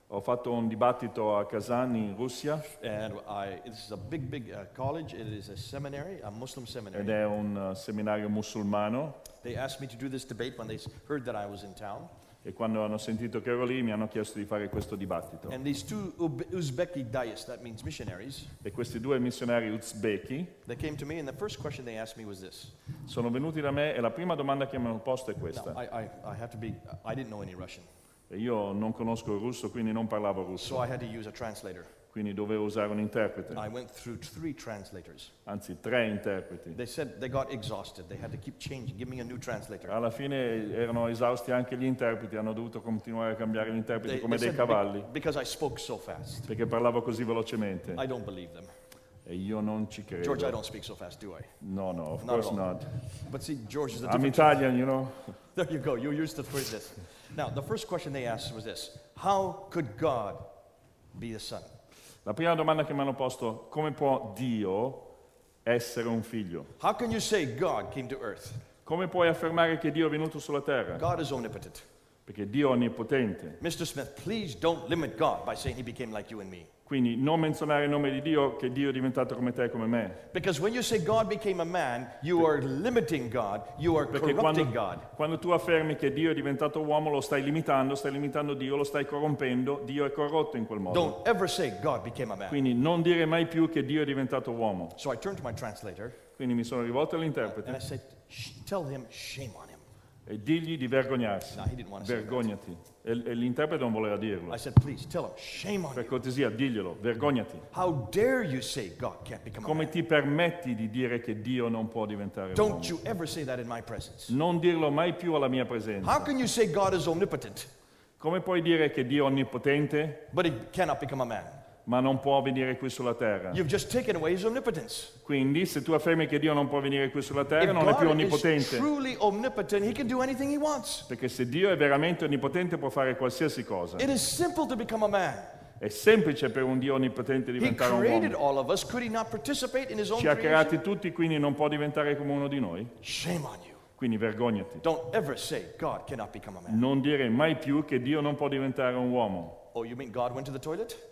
Ho fatto un dibattito a Kazan in Russia and this is a big college. It is a seminary, a Muslim seminary. ed è un seminario musulmano They asked me to do this debate when they heard that I was in town. e quando hanno sentito che ero lì mi hanno chiesto di fare questo dibattito. And these two Uzbeki dayas, that means missionaries, E questi due missionari uzbeki they came to me, and the first question they asked me was this. sono venuti da me e la prima domanda che mi hanno posto è Now, questa. I have to be, I didn't know any Russian, E io non conosco il russo, quindi non parlavo russo, so I had to use a translator. quindi dovevo usare un interprete, I went through 3 translators. anzi 3 interpreti. They said they got exhausted. They had to keep changing, give me a new translator. Alla fine erano esausti anche gli interpreti, hanno dovuto continuare a cambiare gli interpreti They come dei said cavalli, because I spoke so fast. perché parlavo così velocemente. I don't believe them. E io non ci credo. George, I don't speak so fast, do I? No, of Not at course all. not. But see, George is a I'm different. Italian, you know. There you go. You're used to this. Now, the first question they asked was this: how could God be the Son? La prima domanda che mi hanno posto, come può Dio essere un figlio? How can you say God came to earth? Come puoi affermare che Dio è venuto sulla terra? God is omnipotent. Perché Dio è onnipotente. Mr. Smith, please don't limit God by saying he became like you and me. Quindi non menzionare il nome di Dio, che Dio è diventato come te e come me. Because when you say God became a man, you are limiting God, you are Perché corrupting God. quando tu affermi che Dio è diventato uomo, lo stai limitando Dio, lo stai corrompendo, Dio è corrotto in quel modo. Don't ever say God became a man. Quindi non dire mai più che Dio è diventato uomo. So I turned to my translator Quindi mi sono rivolto and I all'interprete said, tell him, shame on him. e digli di vergognarsi. No, he didn't want to say that. Vergognati. E l'interprete non voleva dirlo. I said, please tell him, shame on Per you. cortesia, diglielo, vergognati. How dare you say God can't become a Come man? ti permetti di dire che Dio non può diventare uomo? Don't you ever say that in my presence. Non dirlo mai più alla mia How presenza. can you say God is omnipotent, Come puoi dire che Dio è onnipotente, but he cannot become a man? ma non può venire qui sulla terra? You've just taken away his omnipotence. Quindi, se tu affermi che Dio non può venire qui sulla terra, If non è più God is onnipotente. truly omnipotent, he can do anything he wants. Perché se Dio è veramente onnipotente può fare qualsiasi cosa. It is simple to become a man. È semplice per un Dio onnipotente He diventare un created uomo. all of us. Could he not participate in his own Ci ha creation? creati tutti, quindi non può diventare come uno di noi? Shame on you. Quindi vergognati. Don't ever say God cannot become a man. Non dire mai più che Dio non può diventare un uomo. Oh, you mean God went to the toilet?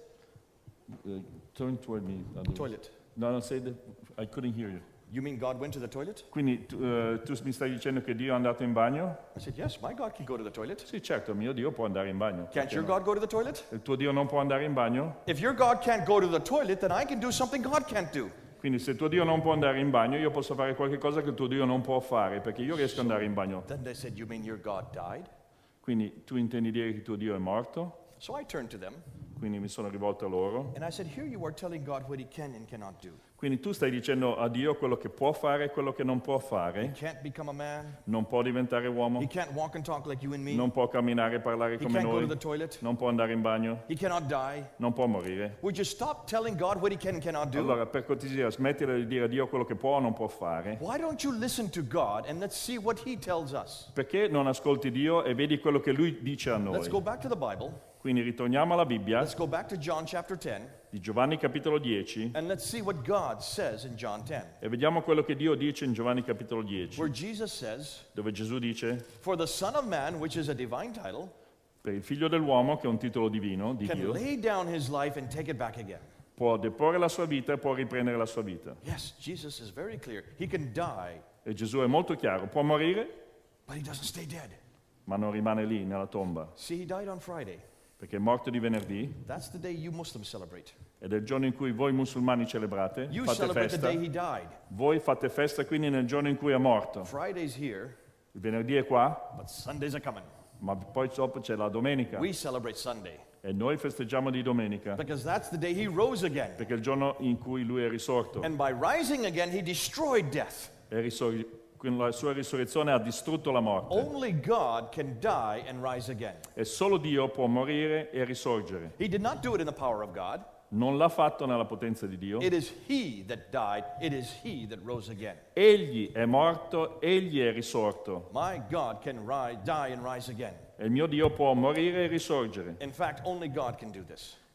Turn toward me. Toilet. No, say that. I couldn't hear you. You mean God went to the toilet? Quindi tu mi stai dicendo che Dio è andato in bagno? I said, yes, my God can go to the toilet. Sì, certo, mio Dio può andare in bagno. Can't Perché your no? God go to the toilet? Il tuo Dio non può andare in bagno? If your God can't go to the toilet, then I can do something God can't do. Quindi se tuo Dio non può andare in bagno, io posso fare qualche cosa che tuo Dio non può fare, perché io riesco ad andare in bagno. Then they said, you mean your God died? Quindi tu intendi dire che tuo Dio è morto? So I turned to them Quindi mi sono rivolto a loro. and I said, here you are telling God what he can and cannot do. Quindi tu stai dicendo a Dio quello che può fare e quello che non può He fare. can't become a man. Non può diventare uomo, He can't walk and talk like you and me. non può camminare e parlare He come can't go to noi, the toilet. non può andare in bagno, He cannot die. non può morire. Would you stop telling God what he can and cannot do? Allora, per cortesia, smettila di dire a Dio quello che può o non può fare. Why don't you listen to God and let's see what he tells us? Perché non ascolti Dio e vedi quello che Lui dice a Let's noi? go back to the Bible. Quindi ritorniamo alla Bibbia, Let's go back to John chapter 10 di Giovanni capitolo 10, and let's see what God says in John 10. e vediamo quello che Dio dice in Giovanni capitolo 10, Where Jesus says, dove Gesù dice, for the Son of Man, which is a divine title, per il figlio dell'uomo, che è un titolo divino, di can Dio, lay down his life and take it back again. può deporre la sua vita e può riprendere la sua vita. Yes, Jesus is very clear. He can die, E Gesù è molto chiaro, può morire, but he doesn't stay dead. ma non rimane lì nella tomba, See, he died on Friday. perché è morto di venerdì, That's the day you Muslims celebrate. ed è il giorno in cui voi musulmani celebrate, You fate celebrate the festa. day he died. Voi fate festa quindi nel giorno in cui è morto. Friday's here, Il venerdì è qua, but Sundays are coming. ma poi dopo c'è la domenica. We celebrate Sunday E noi festeggiamo di domenica, because that's the day he rose again. perché è il giorno in cui lui è risorto. And by rising again, he destroyed death. Con la sua risurrezione ha distrutto la morte. Only God can die and rise again. E solo Dio può morire e risorgere. He did not do it in the power of God. Non l'ha fatto nella potenza di Dio. It is he that died. It is he that rose again. Egli è morto, egli è risorto. My God can die and rise again. E il mio Dio può morire e risorgere. In fact, only God can do this.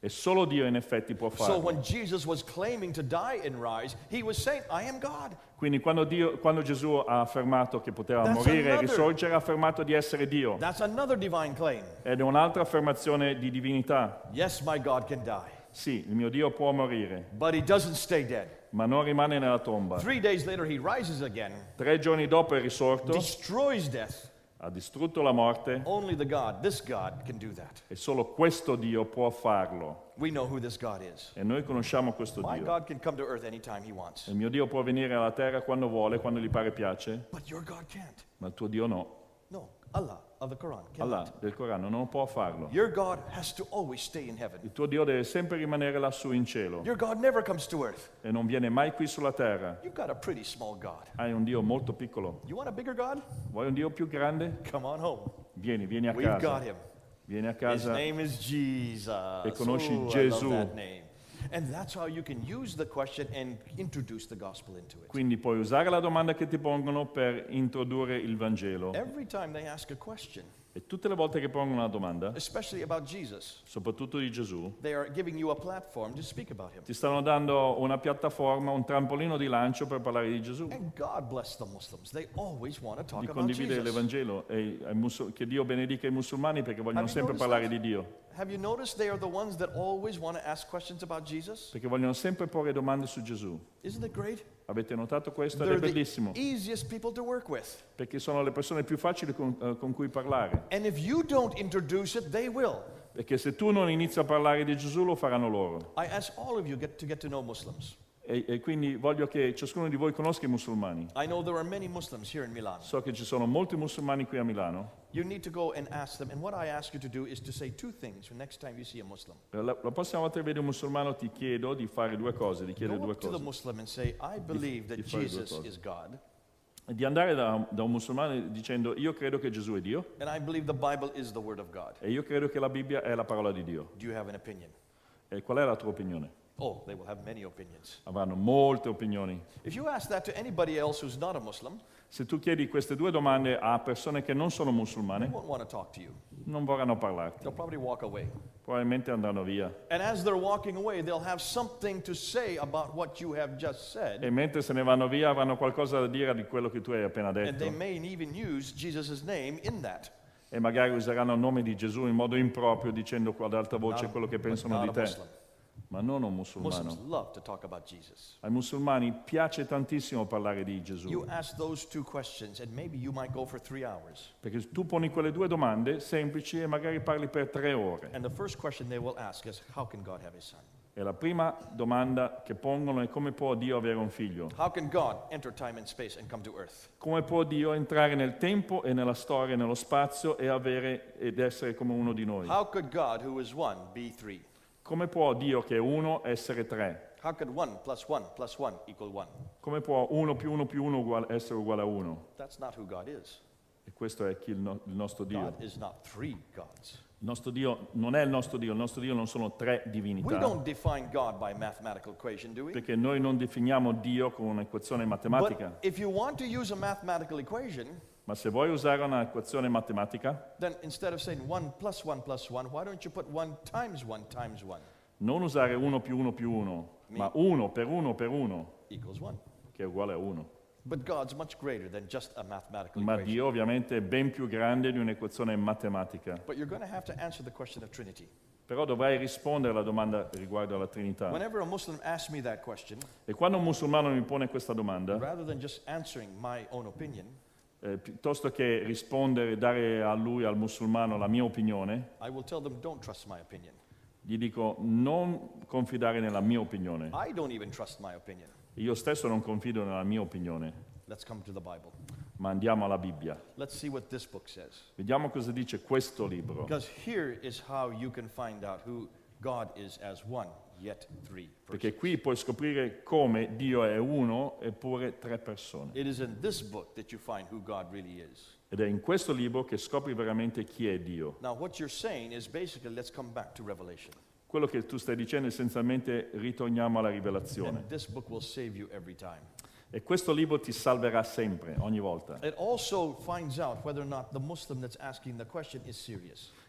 E solo Dio in effetti può So farlo. when Jesus was claiming to die and rise, he was saying, I am God. Quindi quando Gesù ha affermato che poteva That's morire e another- risorgere, ha affermato di essere Dio. That's another divine claim. Ed è un'altra affermazione di divinità. Yes, my God can die, Sì, il mio Dio può morire, but he doesn't stay dead. ma non rimane nella tomba. 3 days later, he rises again, 3 giorni dopo è risorto, destroys death. ha distrutto la morte Only this God, can do that. e solo questo Dio può farlo. We know who this God is. E noi conosciamo questo My Dio. God can come to earth anytime he wants, Il mio Dio può venire alla terra quando vuole, quando gli pare piace, but your God can't. ma il tuo Dio no. No, Allah of the Quran cannot. Allah del Corano non può farlo. Your God has to always stay in heaven. Il tuo Dio deve sempre rimanere lassù in cielo Your God never comes to earth. e non viene mai qui sulla terra. You've got a pretty small God. Hai un Dio molto piccolo. You want a bigger God? Vuoi un Dio più grande? Come on home. Vieni a We've got casa. him. Vieni a His casa. name is Jesus. E conosci I love Gesù. that name. And that's how you can use the question and introduce the gospel into it. Quindi puoi usare la domanda che ti pongono per introdurre il Vangelo. Every time they ask a question, E tutte le volte che pongono una domanda, especially about Jesus, soprattutto di Gesù, they are giving you a platform to speak about him. ti stanno dando una piattaforma, un trampolino di lancio per parlare di Gesù, And God bless the Muslims. They always want to talk di about condividere Jesus. l'Evangelo e che Dio benedica i musulmani perché vogliono Have you sempre noticed parlare that? di Dio, Have you noticed they are the ones that always want to ask questions about Jesus? perché vogliono sempre porre domande su Gesù. Isn't it great? Avete notato questo? Ed è They're the bellissimo, easiest people to work with. perché sono le persone più facili con cui parlare. And if you don't introduce it, they will. Perché se tu non inizi a parlare di Gesù lo faranno loro. I ask all of you to get to know Muslims. E quindi voglio che ciascuno di voi conosca i musulmani. I know there are many Muslims here in Milan. So che ci sono molti musulmani qui a Milano. You need to go and ask them. And what I ask you to do is to say 2 things the next time you see a Muslim. La prossima volta che vedi un musulmano ti chiedo di fare 2 cose, di chiedere Go 2 up to the cose. Muslim and say, I believe that di fare 2 Jesus cose. is God, E di andare da un musulmano dicendo io credo che Gesù è Dio and I believe the Bible is the Word of God. e io credo che la Bibbia è la parola di Dio. Do you have an opinion? E qual è la tua opinione? Oh, they will have many opinions. Avranno molte opinioni. If you ask that to anybody else who's not a Muslim, Se tu chiedi queste 2 domande a persone che non sono they musulmane, won't want to talk to you. non vorranno parlarti. They'll probably walk away. Probabilmente andranno via. And as they're walking away, they'll have something to say about what you have just said. E mentre se ne vanno via avranno qualcosa da dire di quello che tu hai appena And they detto. may even use Jesus' name in that. E magari useranno il nome di Gesù in modo improprio dicendo ad alta voce quello che But pensano not di a te. Muslim. Ma non un Muslims musulmano. love to talk about Jesus. Ai musulmani piace tantissimo parlare di Gesù. You ask those 2 questions, and maybe you might go for 3 hours. Perché tu poni quelle 2 domande semplici e magari parli per 3 ore. And the first question they will ask is, how can God have his son? E la prima domanda che pongono è come può Dio avere un figlio? How can God enter time and space and come to earth? Come può Dio entrare nel tempo e nella storia e nello spazio ed essere come uno di noi? How could God, who is 1, be 3? Come può Dio che è uno essere 3? How could 1 plus 1 plus 1 equal 1? Come può 1 più 1 più 1 essere uguale a 1? That's not who God is. E questo è il nostro Dio. God is not 3 gods. Il nostro Dio non è il nostro Dio non sono 3 We divinità. don't define God by mathematical equation, do we? Perché noi non definiamo Dio con un'equazione matematica. But if you want to use a mathematical equation, Ma se vuoi usare un'equazione matematica, then instead of saying 1 plus 1 plus 1, why don't you put 1 times 1 times 1 non usare 1 più 1 più 1, ma 1 per 1 per 1, equals 1? che è uguale a 1. But God's much greater than just a mathematical Ma equation. Dio ovviamente è ben più grande di un'equazione matematica. But you're going to have to answer the question of Trinity. Però dovrai rispondere alla domanda riguardo alla Trinità. Whenever a Muslim asks me that question, E quando un musulmano mi pone questa domanda, rather than just answering my own opinion, piuttosto che rispondere, dare a lui, al musulmano, la mia opinione, I will tell them, don't trust my opinion. gli dico non confidare nella mia opinione. I don't even trust my opinion. Io stesso non confido nella mia opinione, Let's come to the Bible. ma andiamo alla Bibbia. Let's see what this book says. Vediamo cosa dice questo libro. Because here is how you can find out who God is as 1, yet 3 Perché persons. qui puoi scoprire come Dio è uno eppure 3 persone. It is in this book that you find who God really is. Ed è in questo libro che scopri veramente chi è Dio. Now, what you're saying is basically, let's come back to Revelation. Quello che tu stai dicendo essenzialmente ritorniamo alla rivelazione. And this book will save you every time. E questo libro ti salverà sempre, ogni volta. It also finds out whether or not the Muslim that's asking the question is serious.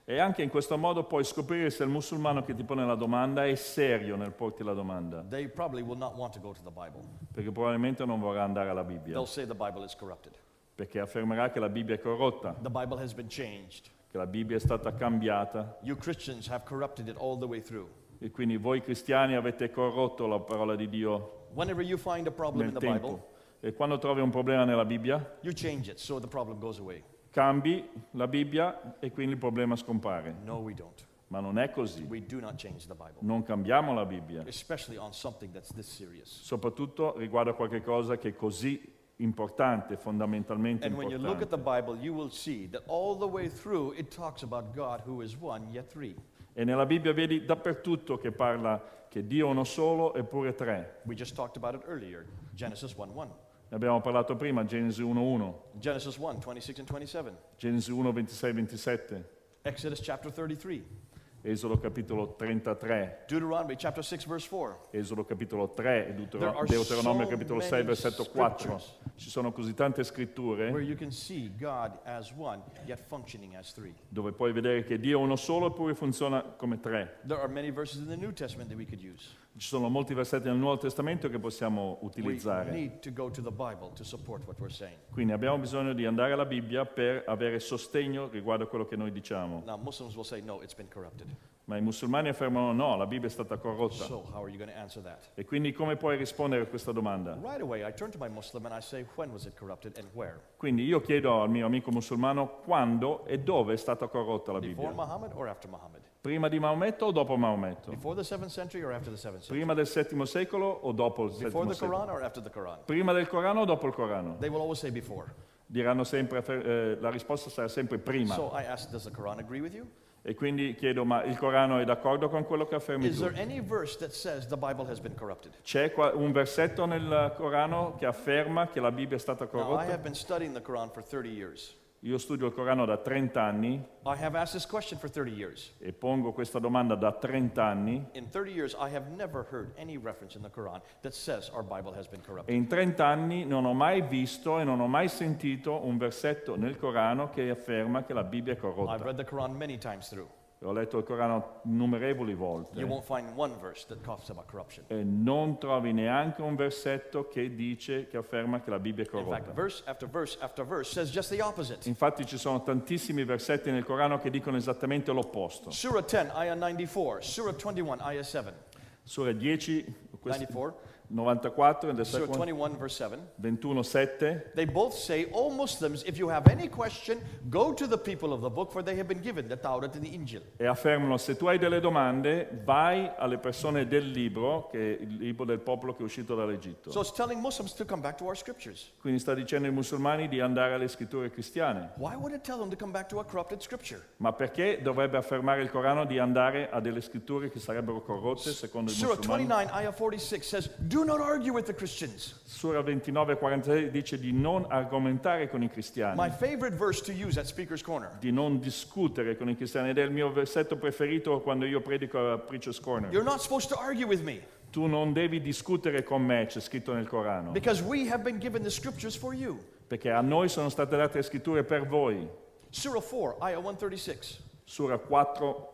E anche in questo modo puoi scoprire se il musulmano che ti pone la domanda è serio nel porti la domanda, They probably will not want to go to the Bible. perché probabilmente non vorrà andare alla Bibbia, They'll say the Bible is corrupted. perché affermerà che la Bibbia è corrotta, The Bible has been changed. che la Bibbia è stata cambiata, You Christians have corrupted it all the way through. e quindi voi cristiani avete corrotto la parola di Dio Whenever you find a problem in nel the Bible, tempo. E quando trovi un problema nella Bibbia, you change it so the problem goes away. cambi la Bibbia e quindi il problema scompare. No, we don't. Ma non è così. We do not change the Bible, Non cambiamo la Bibbia, especially on something that's this serious. soprattutto riguardo a qualche cosa che è così importante, fondamentalmente And when you look at the importante. Bible, you will see that all the way through it talks about God who is one, yet three. E nella Bibbia vedi dappertutto che parla che Dio è uno solo eppure tre. We just talked about it earlier, Genesis 1:1. Ne abbiamo parlato prima, Genesi 1:1, Genesis 1, 26 and 27. Genesi 1, 26, 27, Exodus chapter 33. Esodo capitolo 33, Deuteronomy chapter 6, verse 4. Esodo capitolo 3 e There are Deuteronomio so capitolo many 6, versetto 4. scriptures Ci sono così tante where scritture you can see God as one, yet functioning as three. dove puoi vedere che Dio è uno solo eppure funziona come tre. There are many verses in the New Testament that we could use. Ci sono molti versetti nel Nuovo Testamento che possiamo We utilizzare. need to go to the Bible to support what we're saying. Quindi abbiamo bisogno di andare alla Bibbia per avere sostegno riguardo a quello che noi diciamo. Now, Muslims will say, no, it's been corrupted. Ma i musulmani affermano no, la Bibbia è stata corrotta. So, how are you going to answer that? E quindi come puoi rispondere a questa domanda? Right away, I turn to my Muslim and I say, when was it corrupted and where? Quindi io chiedo al mio amico musulmano quando e dove è stata corrotta la Before Bibbia. Muhammad or after Muhammad? Prima di Maometto o dopo Maometto? Before the 7th century or after the 7th century? Prima del VII secolo o dopo il Before VII the secolo? Quran or after the Quran? Prima del Corano o dopo il Corano? They will always say before. Diranno sempre, la risposta sarà sempre prima. So I ask, does the Quran agree with you? E quindi chiedo, ma il Corano è d'accordo con quello che affermi Is tu? there any verse that says the Bible has been corrupted? C'è un versetto nel Corano che afferma che la Bibbia è stata Now, I corrotta? have been studying the Quran for 30 years. Io studio il Corano da 30 anni I have asked this question for 30 years. e pongo questa domanda da 30 anni In 30 years, I have never heard any reference in the Quran that says our Bible has been e corrupted. in 30 anni non ho mai visto e non ho mai sentito un versetto nel Corano che afferma che la Bibbia è I've corrotta. read the Quran many times through. Ho letto il Corano innumerevoli You volte won't find one verse that talks about corruption. e non trovi neanche un versetto che dice, che afferma che la Bibbia è In fact, corrotta. verse after verse after verse says just the opposite. Infatti ci sono tantissimi versetti nel Corano che dicono esattamente l'opposto. Surah 10, ayah 94. Surah 21, ayah 7. Sura 10, 94. 94, nel Surah versetto 21, verse 7. 21, 7. They both say, O Muslims, if you have any question, go to the people of the book, for they have been given the Tawrat and the Injil. E affermano, se tu hai delle domande, vai alle persone del libro, che è il libro del popolo che è uscito dall'Egitto. So it's telling Muslims to come back to our scriptures. Quindi sta dicendo ai musulmani di andare alle scritture cristiane. Why would it tell them to come back to a corrupted scripture? Ma perché dovrebbe affermare il Corano di andare a delle scritture che sarebbero corrotte secondo i Surah musulmani? 29, ayah 46 says, do not argue with the Christians. Sura 29, 46 dice di non argomentare con i My cristiani, favorite verse to use at Speaker's Corner. di non discutere con i cristiani, ed è il mio versetto preferito quando io predico a Preacher's Corner. You're not supposed to argue with me Tu non devi discutere con me, c'è scritto nel Corano, because we have been given the scriptures for you. perché a noi sono state date le scritture per voi. Surah 4, ayah 136. Sura 4,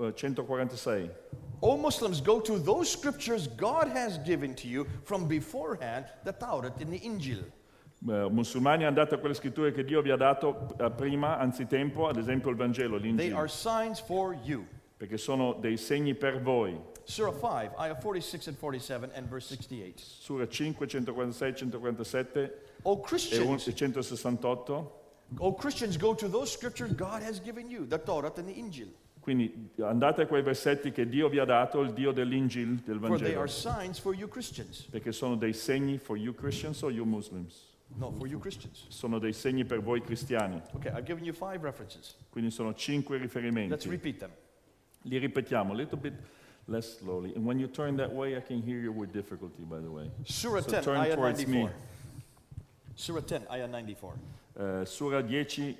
146. O Muslims, go to those scriptures God has given to you from beforehand, the Tawrat and the Injil. Musulmani, andate a quelle scritture che Dio vi ha dato prima, anzitempo, ad esempio il Vangelo, They l'Ingilo, are signs for you. perché sono dei segni per voi. Surah 5, ayah 46 and 47 and verse 68. Sura 5, 146, 147 O e Christians, 168. O Christians, go to those scriptures God has given you, the Tawrat and the Injil. Quindi andate a quei versetti che Dio vi ha dato, il Dio dell'Ingil, del For they Vangelo, are signs for you Christians. perché sono dei segni for you Christians or you Muslims. No, for you Christians. Sono dei segni per voi cristiani. Okay, I've given you 5 references. Quindi sono 5 Let's riferimenti. repeat them. Li ripetiamo, a little bit less slowly. And when you turn that way, I can hear you with difficulty, by the way. Surah So 10, turn ayah towards 94. me. Surah 10, ayah 94. Sura 10,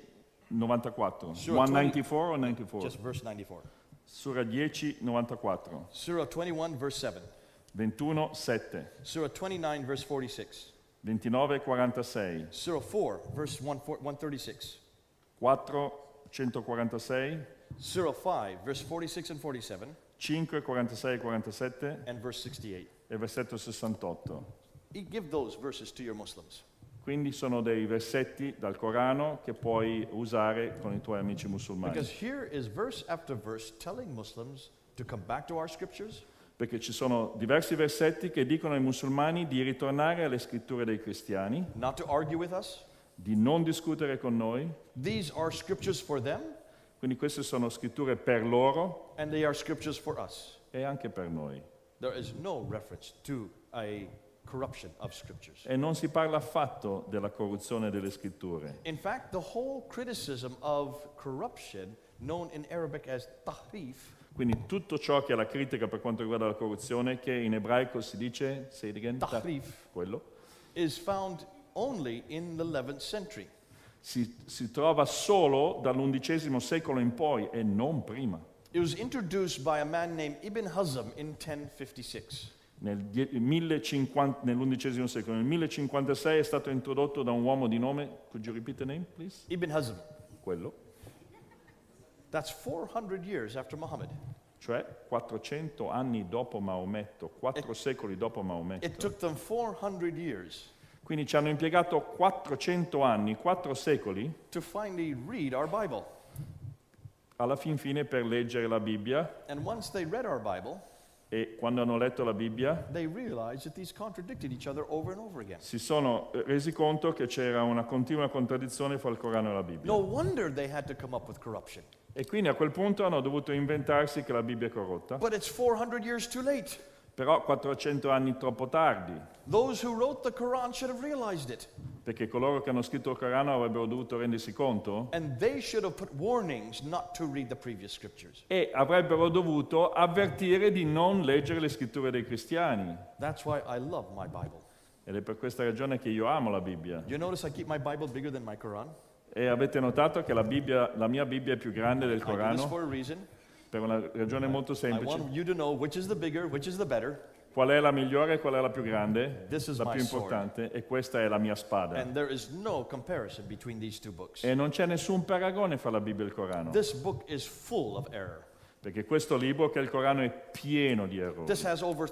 94. Surah 194 o 94? Just verse 94. Sura 10, 94. Surah 21, verse 7. 21, 7. Surah 29, verse 46. 29, 46. Surah 4, verse 136. 4, 146. Surah 5, verse 46 and 47, 5, 46 e 47 and verse 68. e versetto 68. Give those verses to your Muslims. Quindi sono dei versetti dal Corano che puoi usare con i tuoi amici musulmani. Because here is verse after verse telling Muslims to come back to our scriptures, Perché ci sono diversi versetti che dicono ai musulmani di ritornare alle scritture dei cristiani, not to argue with us. di non discutere con noi. These are scriptures for them, Quindi queste sono scritture per loro and they are scriptures for us. e anche per noi. There is no reference to a corruption of scriptures. E non si parla affatto della corruzione delle scritture. In fact, the whole criticism of corruption, known in Arabic as tahrif, Quindi tutto ciò che è la critica per quanto riguarda la corruzione, che in ebraico si dice, say it again, tahrif, quello, is found only in the 11th century. si trova solo dall'11 secolo in poi e non prima. It was introduced by a man named Ibn Hazm in 1056. Nell'11 secolo, nel 1056 è stato introdotto da un uomo di nome, could you repeat the name, please? Ibn Hazm. Quello, That's 400 years after Muhammad. cioè 400 anni dopo Maometto, 4 secoli dopo It Maometto. took them 400 years Quindi ci hanno impiegato 400 anni, 4 secoli, to finally read our Bible. alla fin fine per leggere la Bibbia, And once they read our Bible, e quando hanno letto la Bibbia they realized that these contradicted each other over and over again. si sono resi conto che c'era una continua contraddizione fra il Corano e la Bibbia. No wonder they had to come up with corruption. E quindi a quel punto hanno dovuto inventarsi che la Bibbia è corrotta, But it's 400 years too late. però 400 anni troppo tardi, Those who wrote the Quran should have realized it. perché coloro che hanno scritto il Corano avrebbero dovuto rendersi conto And they should have put warnings not to read the previous scriptures. e avrebbero dovuto avvertire di non leggere le scritture dei cristiani. That's why I love my Bible. Ed è per questa ragione che io amo la Bibbia. You notice I keep my Bible bigger than my Quran? E avete notato che la mia Bibbia è più grande del I do this Corano for a reason. per una ragione molto I semplice. want you to know which is the bigger, which is the better. Qual è la migliore e qual è la più grande? This is La my più sword. importante, e questa è la mia spada. And there is no comparison between these two books. E non c'è nessun paragone fra la Bibbia e il Corano, This book is full of error. perché questo libro, che è il Corano, è pieno di errori. This has over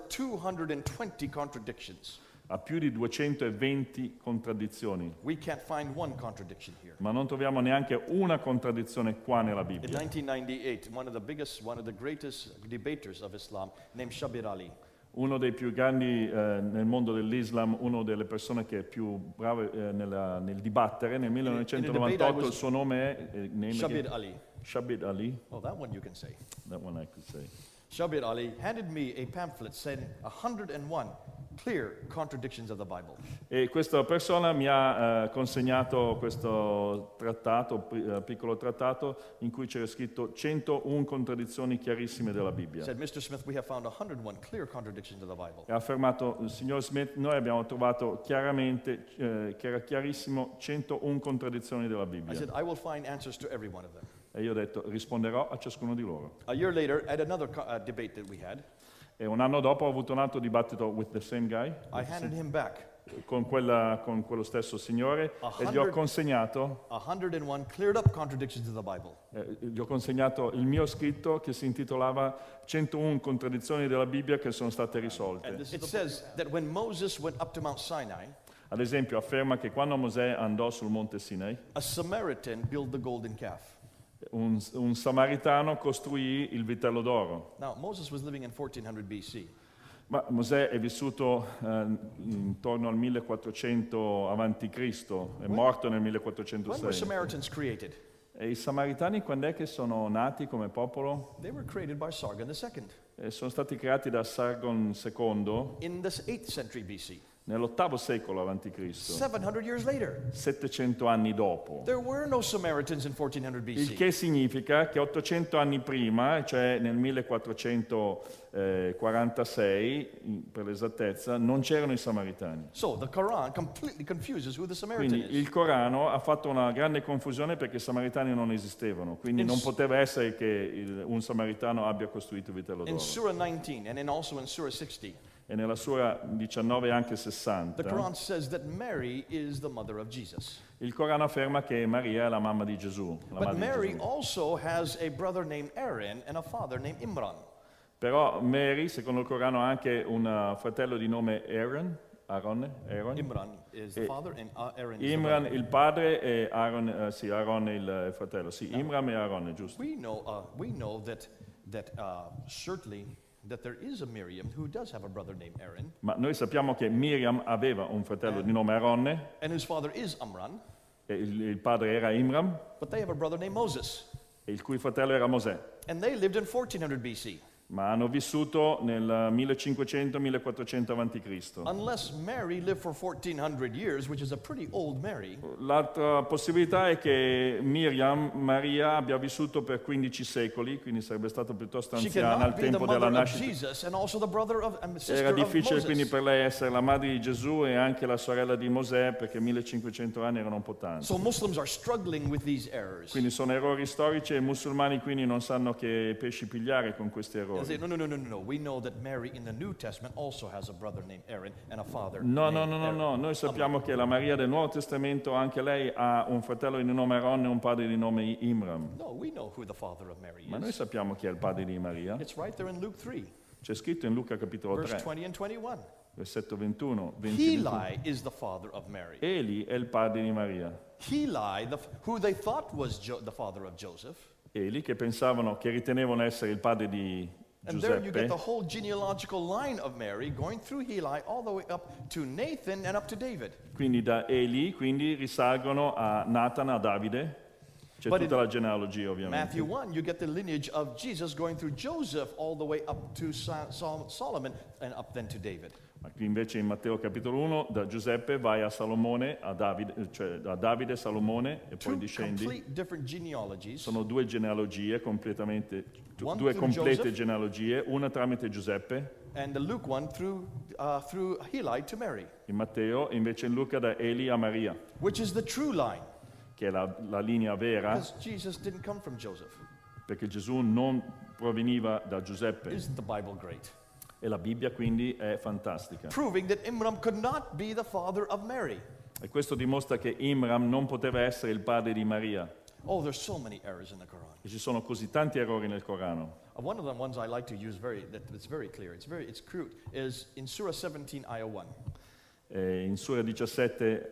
220 contradictions. Ha più di 220 contraddizioni, We can't find one contradiction here. ma non troviamo neanche una contraddizione qua nella In Bibbia. 1998, one of the greatest debaters of Islam, named Shabir Ali, Uno dei più grandi nel mondo dell'Islam, una delle persone che è più brave nel dibattere, nel 1998 il suo nome è Shabir Ali. Shabir Ali. Oh, that one you can say. That one I could say. Shabir Ali handed me a pamphlet saying 101 clear contradictions of the Bible. E questa persona mi ha consegnato questo trattato, piccolo trattato, in cui c'era scritto 101 contraddizioni chiarissime della Bibbia. Said, Mr. Smith, we have found 101 clear contradictions of the Bible. E ha affermato, signor Smith, noi abbiamo trovato chiaramente, che era chiarissimo, 101 contraddizioni della I Bibbia. said, I will find answers to every one of them. E io ho detto, risponderò a ciascuno di loro. A year later, at another debate that we had, E un anno dopo ho avuto un altro dibattito with the same guy, I handed him back con quello stesso signore, e gli ho consegnato 101 cleared up contradictions of the Bible. il mio scritto che si intitolava 101 contraddizioni della Bibbia che sono state risolte. It says that when Moses went up to Mount Sinai, Ad esempio, afferma che quando Mosè andò sul monte Sinai, a Samaritan built the golden calf. un samaritano costruì il vitello d'oro. Now, Moses was living in 1400 BC. Ma Mosè è vissuto intorno al 1400 avanti Cristo, è morto nel When were 1406. Samaritans created? E i samaritani quando è che sono nati come popolo? They were created by Sargon II Sono stati creati da Sargon II in the 8th century BC. nell'8 secolo avanti Cristo, 700 years later. 700 anni dopo. There were no Samaritans in 1400 Il BC. che significa che 800 anni prima, cioè nel 1446, per l'esattezza, non c'erano i samaritani. So the Quran completely confuses who the Samaritan Quindi is. il Corano ha fatto una grande confusione perché i samaritani non esistevano, quindi non poteva essere che un samaritano abbia costruito il vitello In d'oro. Surah 19 and then also in Surah 60, e nella sura 19 e anche the 60, Quran says that Mary is the mother of Jesus. il Corano afferma che Maria è la mamma di Gesù. La But madre di Mary Gesù. also has a brother named Aaron and a father named Imran. Però Mary, secondo il Corano, ha anche un fratello di nome Aaron. Imran is the father and Aaron is the Imran brother. il padre e Aaron, sì, Aaron il fratello. Sì, Imran e Aaron, è giusto. We know that certainly that there is a Miriam who does have a brother named Aaron, Ma noi sappiamo che Miriam aveva un fratello di nome Aaronne, and whose father is Amran, e il padre era Imram, but they have a brother named Moses. e il cui fratello era Mosè. And they lived in 1400 BC. Ma hanno vissuto nel 1500-1400 a.C. Unless Mary lived for 1400 years, which is a pretty old Mary, L'altra possibilità è che Maria abbia vissuto per 15 secoli, quindi sarebbe stata piuttosto she anziana al cannot be the tempo della mother of nascita. Jesus and also the brother of and sister Era of difficile quindi Moses. per lei essere la madre di Gesù e anche la sorella di Mosè, perché 1500 anni erano un po' tanti. So Muslims are struggling with these errors. Quindi sono errori storici e i musulmani quindi non sanno che pesci pigliare con questi They say, errori. no. We know that Mary in the New Testament also has a brother named Aaron and a father No, named Aaron. noi sappiamo che la Maria del Nuovo Testamento, anche lei ha un fratello di nome Aaron e un padre di nome Imram. No, we know who the father of Mary Ma noi is. sappiamo chi è il padre di Maria. It's right there in Luke 3, C'è scritto in Luca capitolo verse 3, 20 and 21. versetto 21, 20. Heli is the father of Mary. Eli è il padre di Maria. Heli, who they thought was the father of Joseph. Eli che ritenevano essere il padre di And there you get the Giuseppe. whole genealogical line of Mary going through Heli all the way up to Nathan and up to David. Quindi da Eli risalgono a Nathan, a Davide. C'è But tutta in la genealogia ovviamente. Matthew 1, you get the lineage of Jesus going through Joseph all the way up to Solomon and up then to David. Ma qui invece in Matteo capitolo 1 da Giuseppe vai a Salomone, a Davide, cioè da Davide, Salomone e poi Two discendi. complete different genealogies. Sono due genealogie completamente, One due through complete Joseph. genealogie, una tramite Giuseppe And the Luke one through Heli to Mary, in Matteo, e invece in Luca da Eli a Maria, which is the true line, che è la linea vera, because Jesus didn't come from Joseph. perché Gesù non proveniva da Giuseppe. Isn't the Bible great? E la Bibbia quindi è fantastica. Proving that Imran could not be the father of Mary. E questo dimostra che Imram non poteva essere il padre di Maria. Oh, there's so many errors in the Quran. E ci sono così tanti errori nel Corano. One of the ones I like to use it's very clear, it's crude, is in Surah 17, ayah 1. In Sura 17,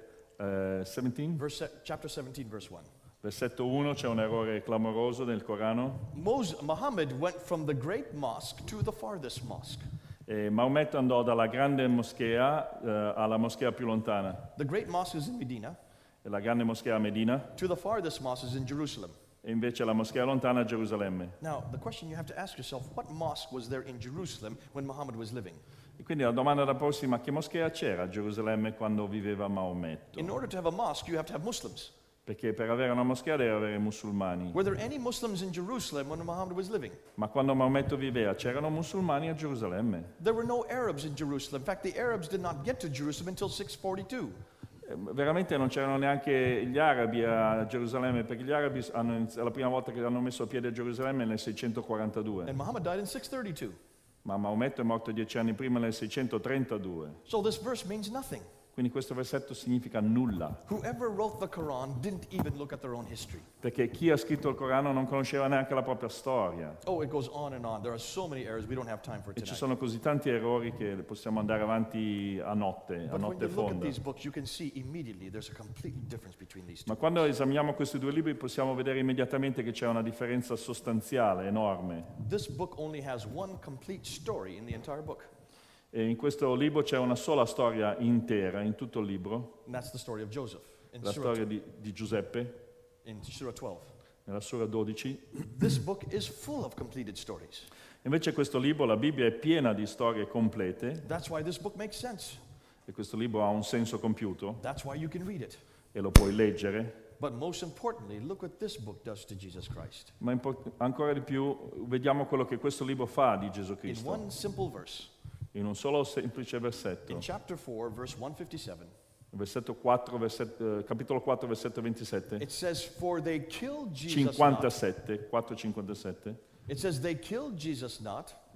17, Chapter 17, verse 1. versetto 1, c'è un errore clamoroso nel Corano. Muhammad went from the great mosque to the farthest mosque. Maometto andò dalla grande moschea alla moschea più lontana. The great mosque is in Medina, E la grande moschea a Medina, to the farthest mosque is in Jerusalem. e invece la moschea lontana a Gerusalemme. Now, the question you have to ask yourself, what mosque was there in Jerusalem when Muhammad was living? E quindi la domanda da porsi, ma che moschea c'era a Gerusalemme quando viveva Maometto? In order to have a mosque, you have to have Muslims. Perché per avere una moschea deve avere musulmani. Were there any Muslims in Jerusalem when Muhammad was living? Ma quando Maometto viveva c'erano musulmani a Gerusalemme. There were no Arabs in Jerusalem. In fact, the Arabs did not get to Jerusalem until 642. Veramente non c'erano neanche gli arabi a Gerusalemme, perché gli arabi la prima volta che hanno messo piede a Gerusalemme è nel 642. And Muhammad died in 632. Ma Maometto è morto 10 anni prima, nel 632. So this verse means nothing. Quindi questo versetto significa nulla, Whoever wrote the Quran didn't even look at their own history. perché chi ha scritto il Corano non conosceva neanche la propria storia. Oh, it goes on and on. There are so many errors. We don't have time for it E ci tonight. sono così tanti errori che possiamo andare avanti a notte But when you look at fonda. these books, you can see immediately there's a complete difference between these two. Ma quando esaminiamo questi due libri possiamo vedere immediatamente che c'è una differenza sostanziale, enorme. This book only has one complete story in the entire book, E in questo libro c'è una sola storia intera, in tutto il libro, and that's the story of Joseph in la Surah, storia di Giuseppe, in Surah 12. nella Sura 12. This book is full of completed stories. Invece questo libro, la Bibbia, è piena di storie complete, That's why this book makes sense. e questo libro ha un senso compiuto, That's why you can read it. e lo puoi leggere. But most importantly, look what this book does to Jesus Christ. Ma ancora di più, vediamo quello che questo libro fa di Gesù In Cristo, one simple verse, in un solo semplice versetto. in chapter 4, verse 157, Versetto 4, capitolo 4, versetto 27. it says, "For they killed Jesus not." 57, 4,57. It says, "They killed Jesus not,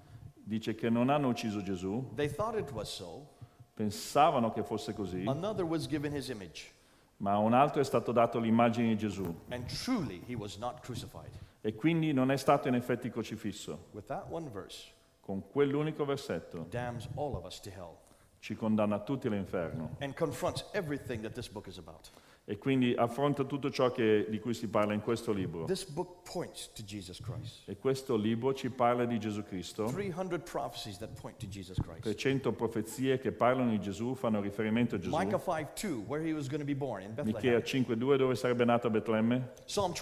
dice che non hanno ucciso Gesù, They thought it was so. pensavano che fosse così, Another was given his image. ma a un altro è stato dato l'immagine di Gesù And truly, he was not crucified. e quindi non è stato in effetti crocifisso. With that one verse, Con quell'unico versetto damns all of us to hell ci condanna tutti all'inferno and confronts everything that this book is about. e quindi affronta tutto ciò di cui si parla in questo libro. This book points to Jesus Christ. E questo libro ci parla di Gesù Cristo. 300 prophecies that point to Jesus Christ. 300 profezie che parlano di Gesù, fanno riferimento a Gesù. Micah 5:2, where he was going to be born in Michea Bethlehem. 5:2 dove sarebbe nato a Betlemme. Psalm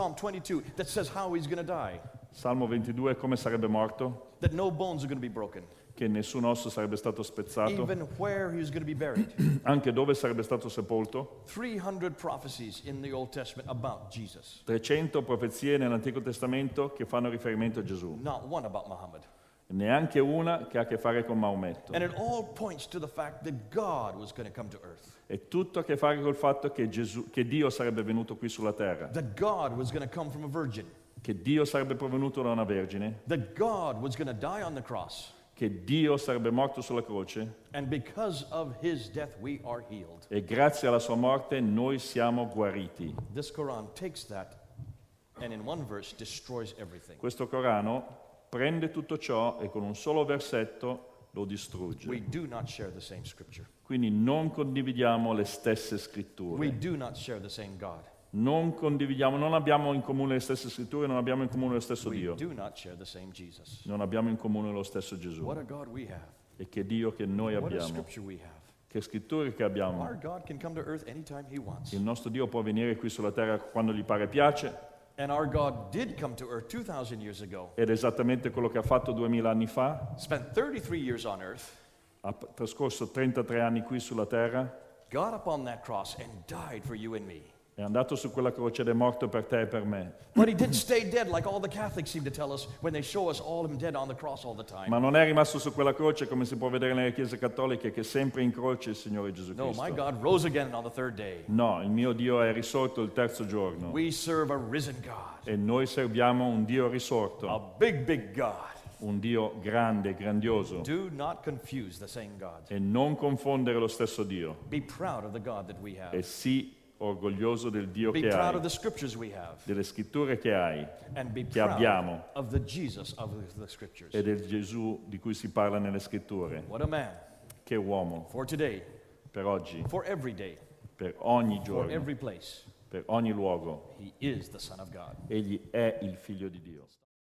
22 that says how he's going to die, Salmo 22 come sarebbe morto, that no bones are going to be broken, che nessun osso sarebbe stato spezzato, even where he was going to be buried. anche dove sarebbe stato sepolto. 300 prophecies in the Old Testament about Jesus. 300 profezie nell'Antico Testamento che fanno riferimento a Gesù. Not one about Muhammad. Neanche una che ha a che fare con Maometto. And it all points to the fact that God was going to come to earth. È tutto a che fare col fatto che Dio sarebbe venuto qui sulla terra, That God was going to come from a virgin. che Dio sarebbe provenuto da una vergine, That God was going to die on the cross. che Dio sarebbe morto sulla croce And because of his death, we are healed. e grazie alla sua morte noi siamo guariti. This Quran takes that and in one verse destroys everything. Questo Corano prende tutto ciò e con un solo versetto lo distrugge. We do not share the same scripture. Quindi non condividiamo le stesse We scritture. do not share the same God. Non abbiamo in comune le stesse scritture, non abbiamo in comune lo stesso We Dio. do not share the same Jesus. Non abbiamo in comune lo stesso Gesù. What a God we have. E che Dio che noi What a abbiamo. scripture we have. Che scritture che Our abbiamo. God can come to earth anytime he wants. Il nostro Dio può venire qui sulla terra quando gli pare e piace. And our God did come to earth 2,000 years ago. Ed è esattamente quello che ha fatto 2000 anni fa. Spent 33 years on earth. Ha trascorso 33 anni qui sulla terra. Got up on that cross and died for you and me. È andato su quella croce ed è morto per te e per me. But he didn't stay dead like all the Catholics seem to tell us when they show us all him dead on the cross all the time. Ma non è rimasto su quella croce come si può vedere nelle chiese cattoliche, che è sempre in croce il Signore Gesù No, my Cristo. God rose again on the third day. No, il mio Dio è risorto il terzo giorno. We serve a risen God, E noi serviamo un Dio a risorto, big God. un Dio grande, grandioso. Do not confuse the same God. E non confondere lo stesso Dio. Be proud of the God that we have. E sii orgoglioso del Dio Be che proud of hai, the scriptures we have. delle scritture che hai And be che proud abbiamo of the Jesus of the scriptures. e del Gesù di cui si parla nelle scritture. What a man. Che uomo, For today, per oggi, for every day, per ogni for giorno, every place, per ogni luogo. he is the Son of God. Egli è il Figlio di Dio.